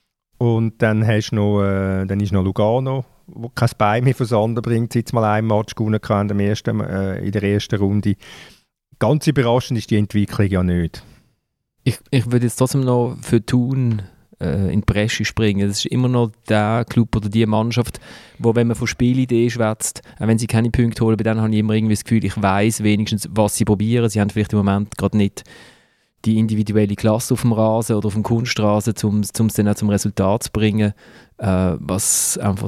D: Und dann, hast noch, äh, dann ist noch Lugano, wo kein Bein mehr versanden bringt, jetzt mal ein Match gewonnen kann in der ersten, äh, in der ersten Runde. Ganz überraschend ist die Entwicklung ja nicht. Ich,
A: ich würde jetzt trotzdem noch für Thun äh, in die Bresche springen. Das ist immer noch der Club oder die Mannschaft, wo, wenn man von Spielidee schwätzt, auch wenn sie keine Punkte holen, bei denen habe ich immer irgendwie das Gefühl, ich weiss wenigstens, was sie probieren. Sie haben vielleicht im Moment gerade nicht die individuelle Klasse auf dem Rasen oder auf dem Kunstrasen, um es dann auch zum Resultat zu bringen. Äh, was einfach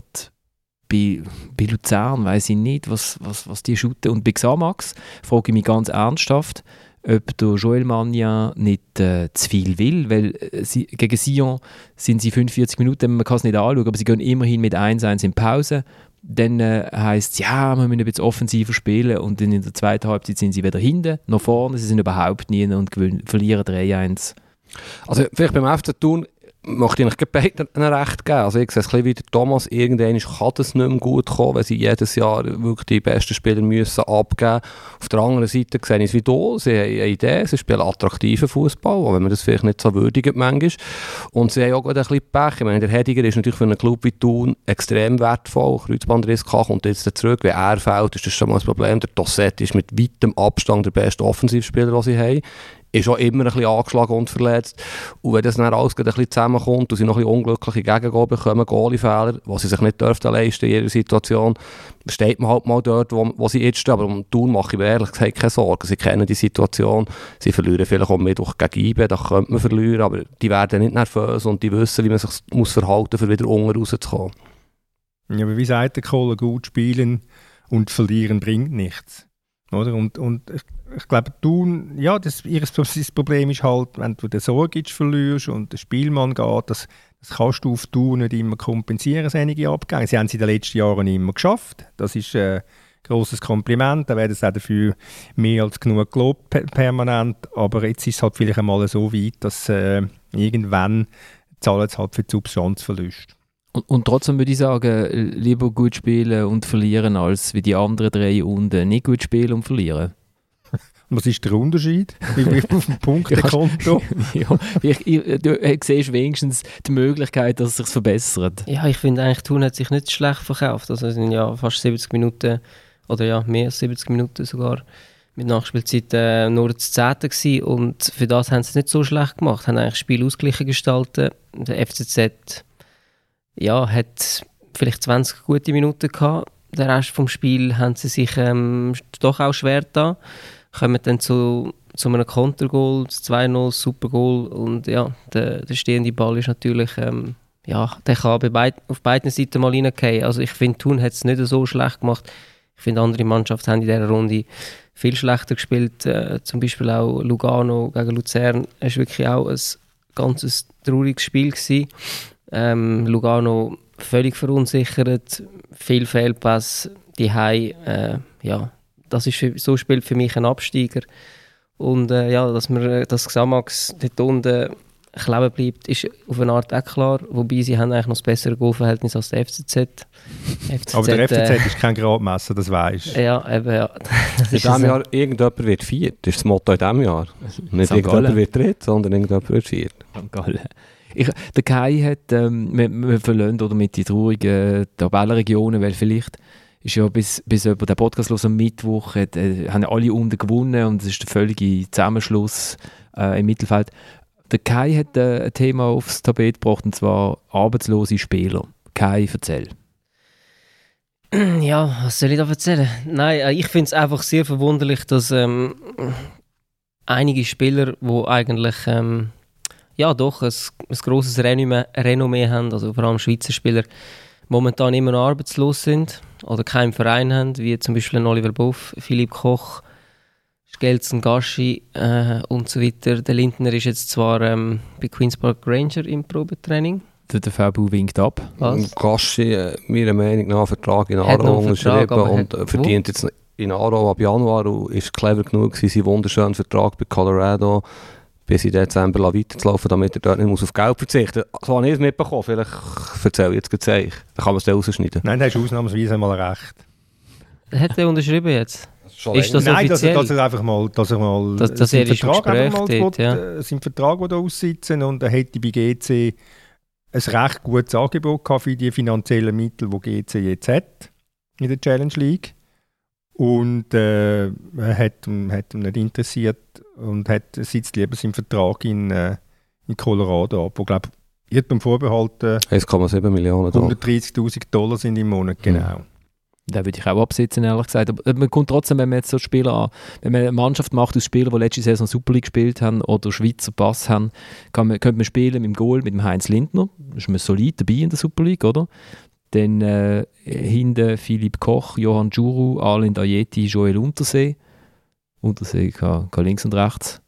A: bei, bei Luzern weiss ich nicht, was, was, was die shooten. Und bei Xamax frage ich mich ganz ernsthaft, ob der Joël Magnan nicht äh, zu viel will, weil äh, sie, gegen Sion sind sie fünfundvierzig Minuten, man kann es nicht anschauen, aber sie gehen immerhin mit eins eins in Pause. Dann äh, heisst es, ja, wir müssen ein bisschen offensiver spielen und dann in der zweiten Halbzeit sind sie wieder hinten, noch vorne, sie sind überhaupt nie und gewinn, verlieren drei eins.
B: Also vielleicht beim F C Thun möchte ich eigentlich beiden recht geben. Also ich sehe es ein bisschen wie der Thomas, irgendwann kann das nicht mehr gut kommen, wenn sie jedes Jahr wirklich die besten Spieler müssen abgeben. Auf der anderen Seite sehe ich es wie du, sie haben eine Idee, sie spielen attraktiven Fußball, auch wenn man das vielleicht nicht so würdigt manchmal. Und sie haben auch ein bisschen Pech. Ich meine, der Hediger ist natürlich für einen Club wie Thun extrem wertvoll. Kreuzbandriss kommt jetzt zurück, wenn er fällt, ist das schon mal das Problem. Der Dosset ist mit weitem Abstand der beste Offensivspieler, den sie haben. Ist auch immer ein bisschen angeschlagen und verletzt. Und wenn das dann alles ein bisschen zusammenkommt und sie noch ein bisschen unglückliche Gegengol bekommen, Goalie-Fehler, was sie sich nicht dürften leisten in ihrer Situation, steht man halt mal dort, wo, wo sie jetzt stehen. Aber um Thun mache ich mir ehrlich gesagt keine Sorgen. Sie kennen die Situation, sie verlieren vielleicht auch Mittwoch gegen I B E, da könnte man verlieren, aber die werden nicht nervös und die wissen, wie man sich muss verhalten muss, um wieder unten rauszukommen.
D: Ja, aber wie sagt der Kohler, gut spielen und verlieren bringt nichts. Oder? Und, und ich, ich glaube, Thun, ja, das, ihr das Problem ist halt, wenn du den Sorgic verlierst und der Spielmann geht, das, das kannst du auf Thun nicht immer kompensieren, einige Abgänge. Sie haben es in den letzten Jahren immer geschafft. Das ist ein äh, grosses Kompliment. Da werden sie auch dafür mehr als genug gelobt per permanent. Aber jetzt ist es halt vielleicht einmal so weit, dass äh, irgendwann zahlen sie halt für die Substanzverluste.
A: Und, und trotzdem würde ich sagen, lieber gut spielen und verlieren, als wie die anderen drei unten nicht gut spielen und verlieren.
D: Und was ist der Unterschied? Auf dem Punktekonto?
A: Ja, ich, ich, du siehst wenigstens die Möglichkeit, dass es sich verbessert.
C: Ja, ich finde eigentlich, Thun hat sich nicht schlecht verkauft. Also es sind ja fast siebzig Minuten, oder ja, mehr als siebzig Minuten sogar, mit Nachspielzeit äh, nur das Zehnte gewesen. Und für das haben sie es nicht so schlecht gemacht. Haben eigentlich das Spiel ausgeglichen gestaltet. Der F C Z ja, hat vielleicht zwanzig gute Minuten gehabt. Den Rest vom Spiel haben sie sich ähm, doch auch schwer getan. Kommen dann zu, zu einem Kontergoal, das zwei null, super Goal. Und ja, der, der stehende Ball ist natürlich, ähm, ja, der kann bei beid, auf beiden Seiten mal reingehen. Also ich finde, Thun hat es nicht so schlecht gemacht. Ich finde, andere Mannschaften haben in dieser Runde viel schlechter gespielt. Äh, zum Beispiel auch Lugano gegen Luzern. Es war wirklich auch ein ganz trauriges Spiel gewesen. Ähm, Lugano völlig verunsichert, viel Fehlpass, die Hei, äh, ja, das ist für, so spielt für mich ein Absteiger. Und äh, ja, dass wir das Xamax dort unten kleben bleibt, ist auf eine Art auch klar. Wobei sie haben eigentlich noch das bessere Goalverhältnis als der F C Z. F C Z
D: aber der F C Z
C: äh,
D: ist kein Gradmesser, das weisst du.
C: Ja, eben, ja. Das
B: In
C: ist
B: diesem
C: so.
B: Jahr irgendjemand wird viert. Das ist das Motto in diesem Jahr. Nicht
A: Sankt Gallen.
B: irgendjemand wird dritt, sondern irgendjemand wird viert.
A: Sankt Gallen. Ich, der Kai hat, ähm, wir, wir verlassen oder mit den traurigen Tabellenregionen, weil vielleicht ist ja bis, bis über den Podcast los am Mittwoch, hat, äh, haben ja alle unten gewonnen und es ist der völlige Zusammenschluss äh, im Mittelfeld. Der Kai hat äh, ein Thema aufs Tapet gebracht, und zwar arbeitslose Spieler. Kai, erzähl.
C: Ja, was soll ich da erzählen? Nein, äh, ich finde es einfach sehr verwunderlich, dass ähm, einige Spieler, die eigentlich ähm, ja doch ein, ein grosses Renommee, Renommee haben, also vor allem Schweizer Spieler, momentan immer noch arbeitslos sind oder keinen Verein haben, wie zum Beispiel ein Oliver Buff, Philipp Koch, Gelson Gaschi äh, und so weiter. Der Lindner ist jetzt zwar ähm, bei Queen's Park Ranger im Probetraining.
A: Der, der V B winkt ab.
B: Und Gaschi, äh, meiner Meinung nach, einen Vertrag in
C: Hat noch
B: Aarau
C: einen Vertrag,
B: unterschrieben
C: aber
B: und
C: hat-
B: äh, verdient jetzt in Aarau ab Januar und ist clever genug gewesen, seinen wunderschönen Vertrag bei Colorado bis in Dezember weiterzulaufen, damit er dort nicht muss auf Geld verzichten muss. So habe ich es mitbekommen. Vielleicht erzähle ich jetzt gleich. Dann kann man es dann rausschneiden.
D: Nein, da hast du ausnahmsweise mal recht.
C: Hat er unterschrieben jetzt?
B: Schon
C: Ist das
D: Nein, dass er,
C: offiziell?
D: dass er einfach mal, dass er mal
C: Dass- dass
D: seinen
C: er ist im
D: Vertrag einfach
C: Gespräch
D: mal
C: dort,
D: will,
C: ja.
D: äh, seinen Vertrag will aussitzen und er hätte bei G C ein recht gutes Angebot gehabt für die finanziellen Mittel, die G C jetzt hat in der Challenge League. Und äh, er hat, ihn- hat ihn nicht interessiert und hat, sitzt lieber seinen Vertrag in, äh, in Colorado ab, wo glaube ich beim Vorbehalt äh,
B: eins Komma sieben Millionen Dollar.
D: hundertdreißigtausend Dollar sind im Monat, genau.
A: Den würde ich auch absetzen, ehrlich gesagt. Aber man kommt trotzdem, wenn man jetzt so Spieler an, wenn man eine Mannschaft macht aus Spielern, die letzte Saison Super League gespielt haben oder Schweizer Pass haben, kann man, könnte man spielen mit dem Goal mit dem Heinz Lindner. Da ist man solid dabei in der Super League, oder? Dann äh, hinten Philipp Koch, Johann Djuru, Arlind Ayeti, Joel Untersee. Untersee kann, kann links und rechts.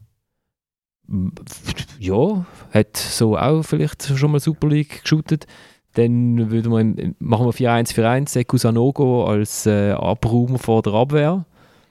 A: Ja, hat so auch vielleicht schon mal Super League geshootet. Dann würden wir im, machen wir vier eins vier eins, Sekou Sanogo als äh, Abraumer vor der Abwehr.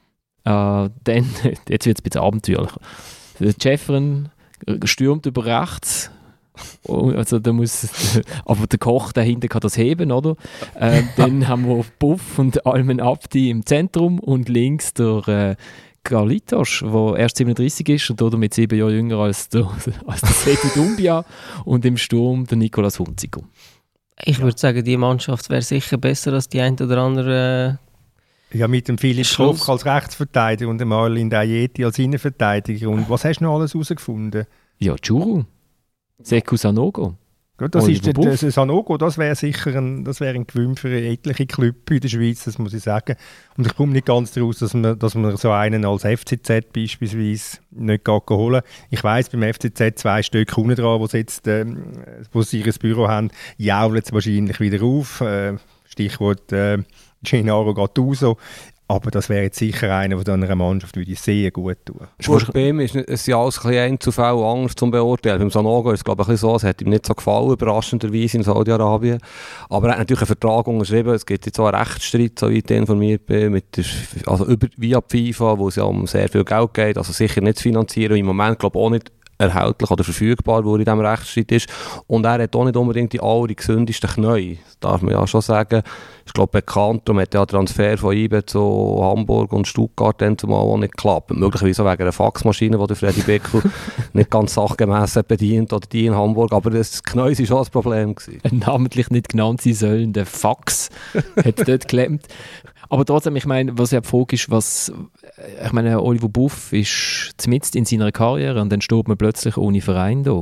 A: Äh, dann, jetzt wird es ein bisschen abenteuerlicher. Der Jeffren stürmt über rechts. Oh, also da muss, aber der Koch dahinter kann das heben, oder? Äh, dann haben wir Buff und Almen Abdi im Zentrum und links der äh, Galitas, der erst siebenunddreißig ist und damit sieben Jahre jünger als der, als der Sekou Doumbia, und im Sturm der Nicolas Hunziker.
C: Ich würde sagen, die Mannschaft wäre sicher besser als die ein oder andere.
D: Ja, mit dem Philipp
C: Schluss.
D: Koch als Rechtsverteidiger und dem Marlin Ayeti als Innenverteidiger. Und was hast du noch alles herausgefunden?
A: Ja, Djuru. Sekou Sanogo.
D: Gut, das
A: Oliver
D: ist
A: Buff.
D: das, das Sanogo, das wäre sicher ein, das wäre ein Gewinn für etliche Clubs in der Schweiz, das muss ich sagen. Und ich komme nicht ganz daraus, dass man, dass man so einen als F C Z beispielsweise nicht geht holen. Ich weiss, beim F C Z zwei Stück unten dran, wo sie jetzt, ähm, wo sie ihr Büro haben, jaulen sie wahrscheinlich wieder auf. Äh, Stichwort äh, Gennaro Gattuso. Aber das wäre jetzt sicher einer, der einer Mannschaft würde sehr gut tun.
B: Gut, bei ihm ist es ja alles ein bisschen Einzelfälle anders zum Beurteilen. Beim Sanogo ist es glaube ich ein bisschen so, es hat ihm nicht so gefallen, überraschenderweise in Saudi-Arabien. Aber er hat natürlich einen Vertrag unterschrieben. Es gibt jetzt auch einen Rechtsstreit, soweit ich informiert bin, mit der, also über, via FIFA, wo es ja um sehr viel Geld geht. Also sicher nicht zu finanzieren und im Moment glaube ich auch nicht erhältlich oder verfügbar, wo er in diesem Rechtsstreit ist. Und er hat auch nicht unbedingt die allergesündesten Knie. Das darf man ja schon sagen. Ich glaube, bekannt, darum hat der Transfer von I B zu Hamburg und Stuttgart dann zumal auch nicht geklappt. Möglicherweise auch wegen einer Faxmaschine, die der Freddy Beckel nicht ganz sachgemäss hat bedient, oder die in Hamburg. Aber das Knie war schon ein Problem gewesen.
A: Namentlich nicht genannt sein sollen, der Fax hat dort geklemmt. Aber trotzdem, ich meine, was ja die Frage ist, was, ich meine, Oliver Buff ist zumindest in seiner Karriere und dann steht man plötzlich ohne Verein da.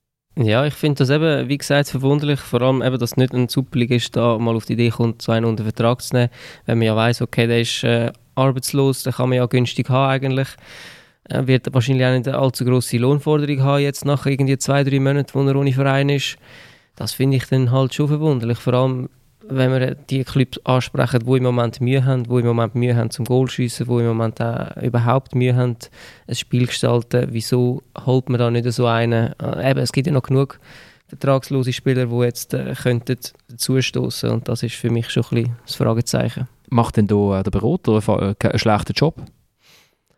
C: Ja, ich finde das eben, wie gesagt, verwunderlich. Vor allem, eben, dass nicht ein Superligist da mal auf die Idee kommt, so einen unter Vertrag zu nehmen. Wenn man ja weiss, okay, der ist äh, arbeitslos, den kann man ja günstig haben eigentlich. Er wird wahrscheinlich auch nicht eine allzu grosse Lohnforderung haben, jetzt nach irgendwie zwei, drei Monaten, wo er ohne Verein ist. Das finde ich dann halt schon verwunderlich. Vor allem, wenn wir die Clubs ansprechen, die im Moment Mühe haben, die im Moment Mühe haben zum Goalschiessen, die im Moment auch überhaupt Mühe haben, ein Spiel gestalten. Wieso holt man da nicht so einen? Äh, eben, es gibt ja noch genug vertragslose Spieler, die jetzt äh, könnten dazustoßen, und das ist für mich schon ein bisschen das Fragezeichen.
A: Macht denn da der Berater einen, einen schlechten Job?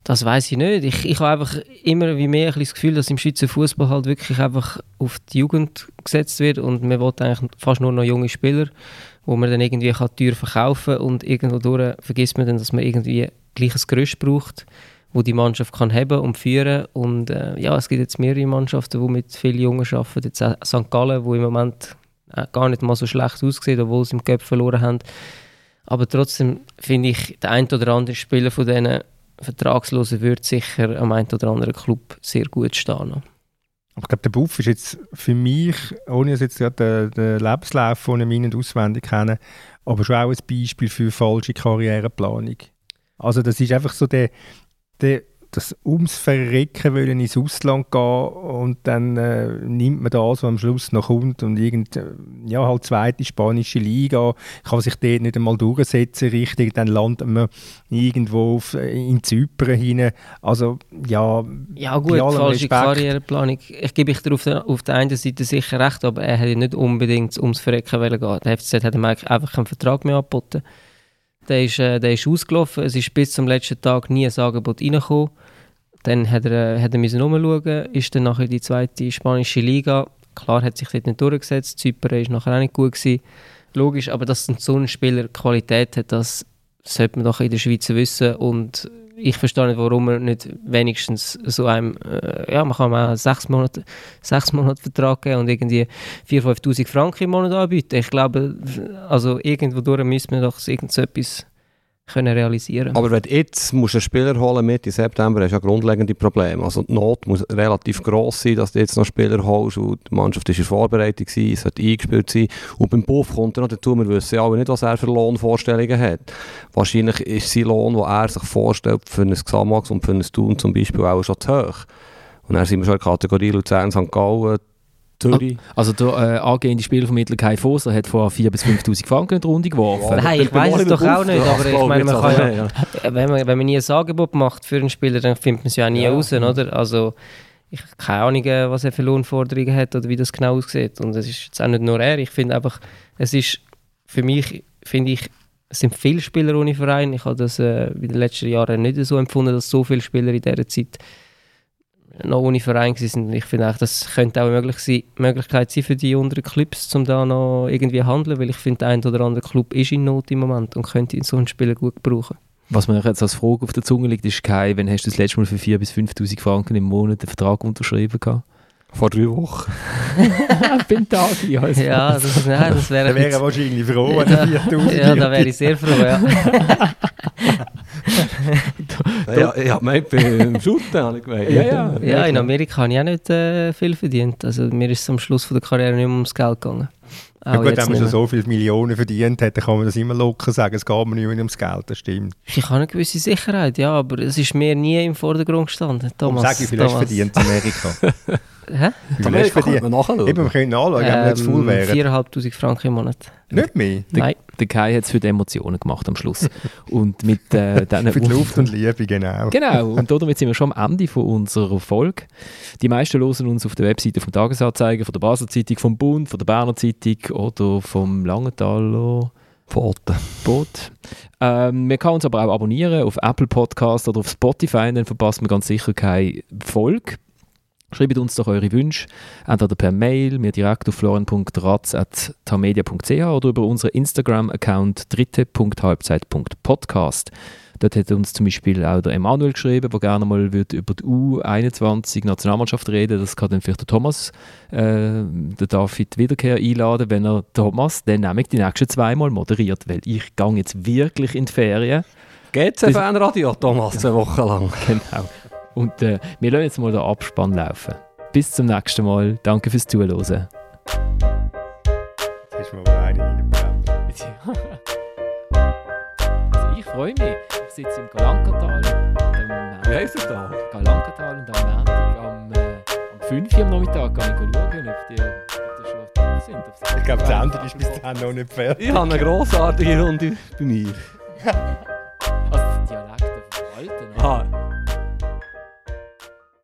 C: Das weiss ich nicht. Ich, ich habe einfach immer wie mehr ein bisschen das Gefühl, dass im Schweizer Fußball halt wirklich einfach auf die Jugend gesetzt wird und man will eigentlich fast nur noch junge Spieler, wo man dann irgendwie kann teuer verkaufen kann und irgendwo durch vergisst man dann, dass man irgendwie gleiches Gerüst braucht, wo die Mannschaft kann haben und führen. Und äh, ja, es gibt jetzt mehrere Mannschaften, die mit vielen Jungen arbeiten. Jetzt auch Sankt Gallen, wo im Moment äh, gar nicht mal so schlecht aussieht, obwohl sie im Cup verloren haben. Aber trotzdem finde ich, der ein oder andere Spieler von diesen Vertragslosen würde sicher am einen oder anderen Club sehr gut stehen. Aber
D: ich glaube, der Buff ist jetzt für mich, ohne dass jetzt den, den Lebenslauf von einem in- und auswendig kennen, aber schon auch ein Beispiel für falsche Karriereplanung. Also das ist einfach so der, der das ums Verrecken wollen ins Ausland gehen und dann äh, nimmt man das, was am Schluss noch kommt und irgend, ja, halt zweite spanische Liga, kann sich dort nicht einmal durchsetzen richtig, dann landet man irgendwo auf, in Zypern hinein. Also ja,
C: ja gut, falsche Karriereplanung. Ich gebe ich dir auf der, auf der einen Seite sicher recht, aber er hätte nicht unbedingt ums Verrecken wollen gehen. Der F C Z hat ihm einfach keinen Vertrag mehr angeboten. Der ist, äh, der ist ausgelaufen, es ist bis zum letzten Tag nie ein Angebot reingekommen. Dann hat er, äh, hat er müssen umschauen, ist dann nachher in die zweite spanische Liga. Klar hat sich dort nicht durchgesetzt, Zypern war nachher auch nicht gut gewesen. Logisch, aber dass so ein Spieler Qualität hat, das sollte man doch in der Schweiz wissen. Und ich verstehe nicht, warum man nicht wenigstens so einem, äh, ja, man kann mal sechs Monate, sechs Monate Vertrag geben und irgendwie viertausend, fünftausend Franken im Monat anbieten. Ich glaube, also irgendwo durch müsste man doch irgend so etwas können realisieren.
B: Aber wenn du jetzt musst einen Spieler holen Mitte September, hast du ja grundlegende Probleme. Also die Not muss relativ gross sein, dass du jetzt noch Spieler holst und die Mannschaft ist in Vorbereitung gewesen, es sollte eingespielt sein. Und beim Buff kommt er noch dazu, wir wissen ja auch nicht, was er für Lohnvorstellungen hat. Wahrscheinlich ist sein Lohn, den er sich vorstellt für ein Xamax und für ein Thun zum Beispiel auch schon zu hoch. Und dann sind wir schon in der Kategorie Luzern, Sankt Gallen, Zürich.
A: Also der äh, angehende Spielervermittler Kai Foser hat vor viertausend bis fünftausend Franken in die Runde geworfen.
C: Ja, nein, ich weiß es doch auch nicht, aber ich meine, man kann ja, wenn, man, wenn man nie ein Angebot macht für einen Spieler, dann findet man es ja auch nie ja. raus, oder? Also ich habe keine Ahnung, was er für Lohnforderungen hat oder wie das genau aussieht. Und es ist jetzt auch nicht nur er, ich finde einfach, es ist für mich, finde ich, es sind viele Spieler ohne Verein. Ich habe das äh, in den letzten Jahren nicht so empfunden, dass so viele Spieler in dieser Zeit noch ohne Verein sind. Ich finde auch, das könnte auch eine möglich sein, Möglichkeit sein für die unteren Clubs, um da noch irgendwie handeln, weil ich finde, der ein oder andere Club ist in Not im Moment und könnte so einen Spieler gut gebrauchen. Was
A: mir jetzt als Frage auf der Zunge liegt, ist Kai, wann hast du das letzte Mal für viertausend bis fünftausend Franken im Monat einen Vertrag unterschrieben gehabt?
B: Vor drei Wochen.
A: Bin Tagi. Also.
C: Ja, das, nein, das wäre...
D: Da wäre er wahrscheinlich froh, wenn er viertausend
C: Ja, da wäre ich sehr froh, ja.
B: ja, ja, meint beim Shooten habe ich gemeint.
C: Ja, ja. ja, in Amerika habe ich auch nicht äh, viel verdient. Also mir ist es am Schluss von der Karriere nicht mehr ums Geld gegangen.
D: Ja, gut, wenn man schon so viele Millionen verdient hat, dann kann man das immer locker sagen, es geht mir nicht mehr ums Geld, das stimmt.
C: Ich habe eine gewisse Sicherheit, ja, aber es ist mir nie im Vordergrund gestanden. Thomas,
D: sag, wie viel hast du verdient in Amerika?
C: Hä?
D: Wie viel hast du verdient? Eben, wir können nachschauen,
C: ähm,
D: wenn wir jetzt voll wären.
C: viertausendfünfhundert Franken im Monat.
D: Nicht mehr?
C: Nein.
A: Der Kai hat es für die Emotionen gemacht am Schluss. Und mit, äh,
D: für die Luft und Liebe, genau.
A: Genau, und damit sind wir schon am Ende von unserer Folge. Die meisten hören uns auf der Webseite vom Tagesanzeiger, von der Basler Zeitung, vom Bund, von der Berner Zeitung oder vom Langenthaler
B: Boot.
A: Boot. Ähm, man kann uns aber auch abonnieren auf Apple Podcast oder auf Spotify, dann verpasst man ganz sicher keine Folge. Schreibt uns doch eure Wünsche, entweder per Mail, mir direkt auf florian punkt ratz at tamedia punkt c h oder über unseren Instagram-Account dritte punkt halbzeit punkt podcast. Dort hat uns zum Beispiel auch der Emanuel geschrieben, der gerne mal über die U einundzwanzig Nationalmannschaft reden. Das kann dann vielleicht der Thomas, äh, der David Wiederkehr einladen, wenn er Thomas dann nämlich die nächsten zweimal moderiert, weil ich gehe jetzt wirklich in die Ferien.
B: G C-Fanradio, Thomas, eine Woche lang.
A: Genau. Und äh, wir lassen jetzt mal den Abspann laufen. Bis zum nächsten Mal. Danke fürs Zuhören.
D: Jetzt hast du mal einen reingebrannt.
A: Also ich freue mich. Ich sitze im Galankatal.
B: Wie heisst es da?
A: Galankatal und am Montag am, äh, am fünf Uhr am Nachmittag kann ich schauen, ob die, ob die schon drauf sind.
D: Ich glaube, die Sendung ist bis dahin noch nicht fertig.
B: Ich habe eine grossartige Runde bei mir.
A: Also die Dialekte von Alten.
B: Ah.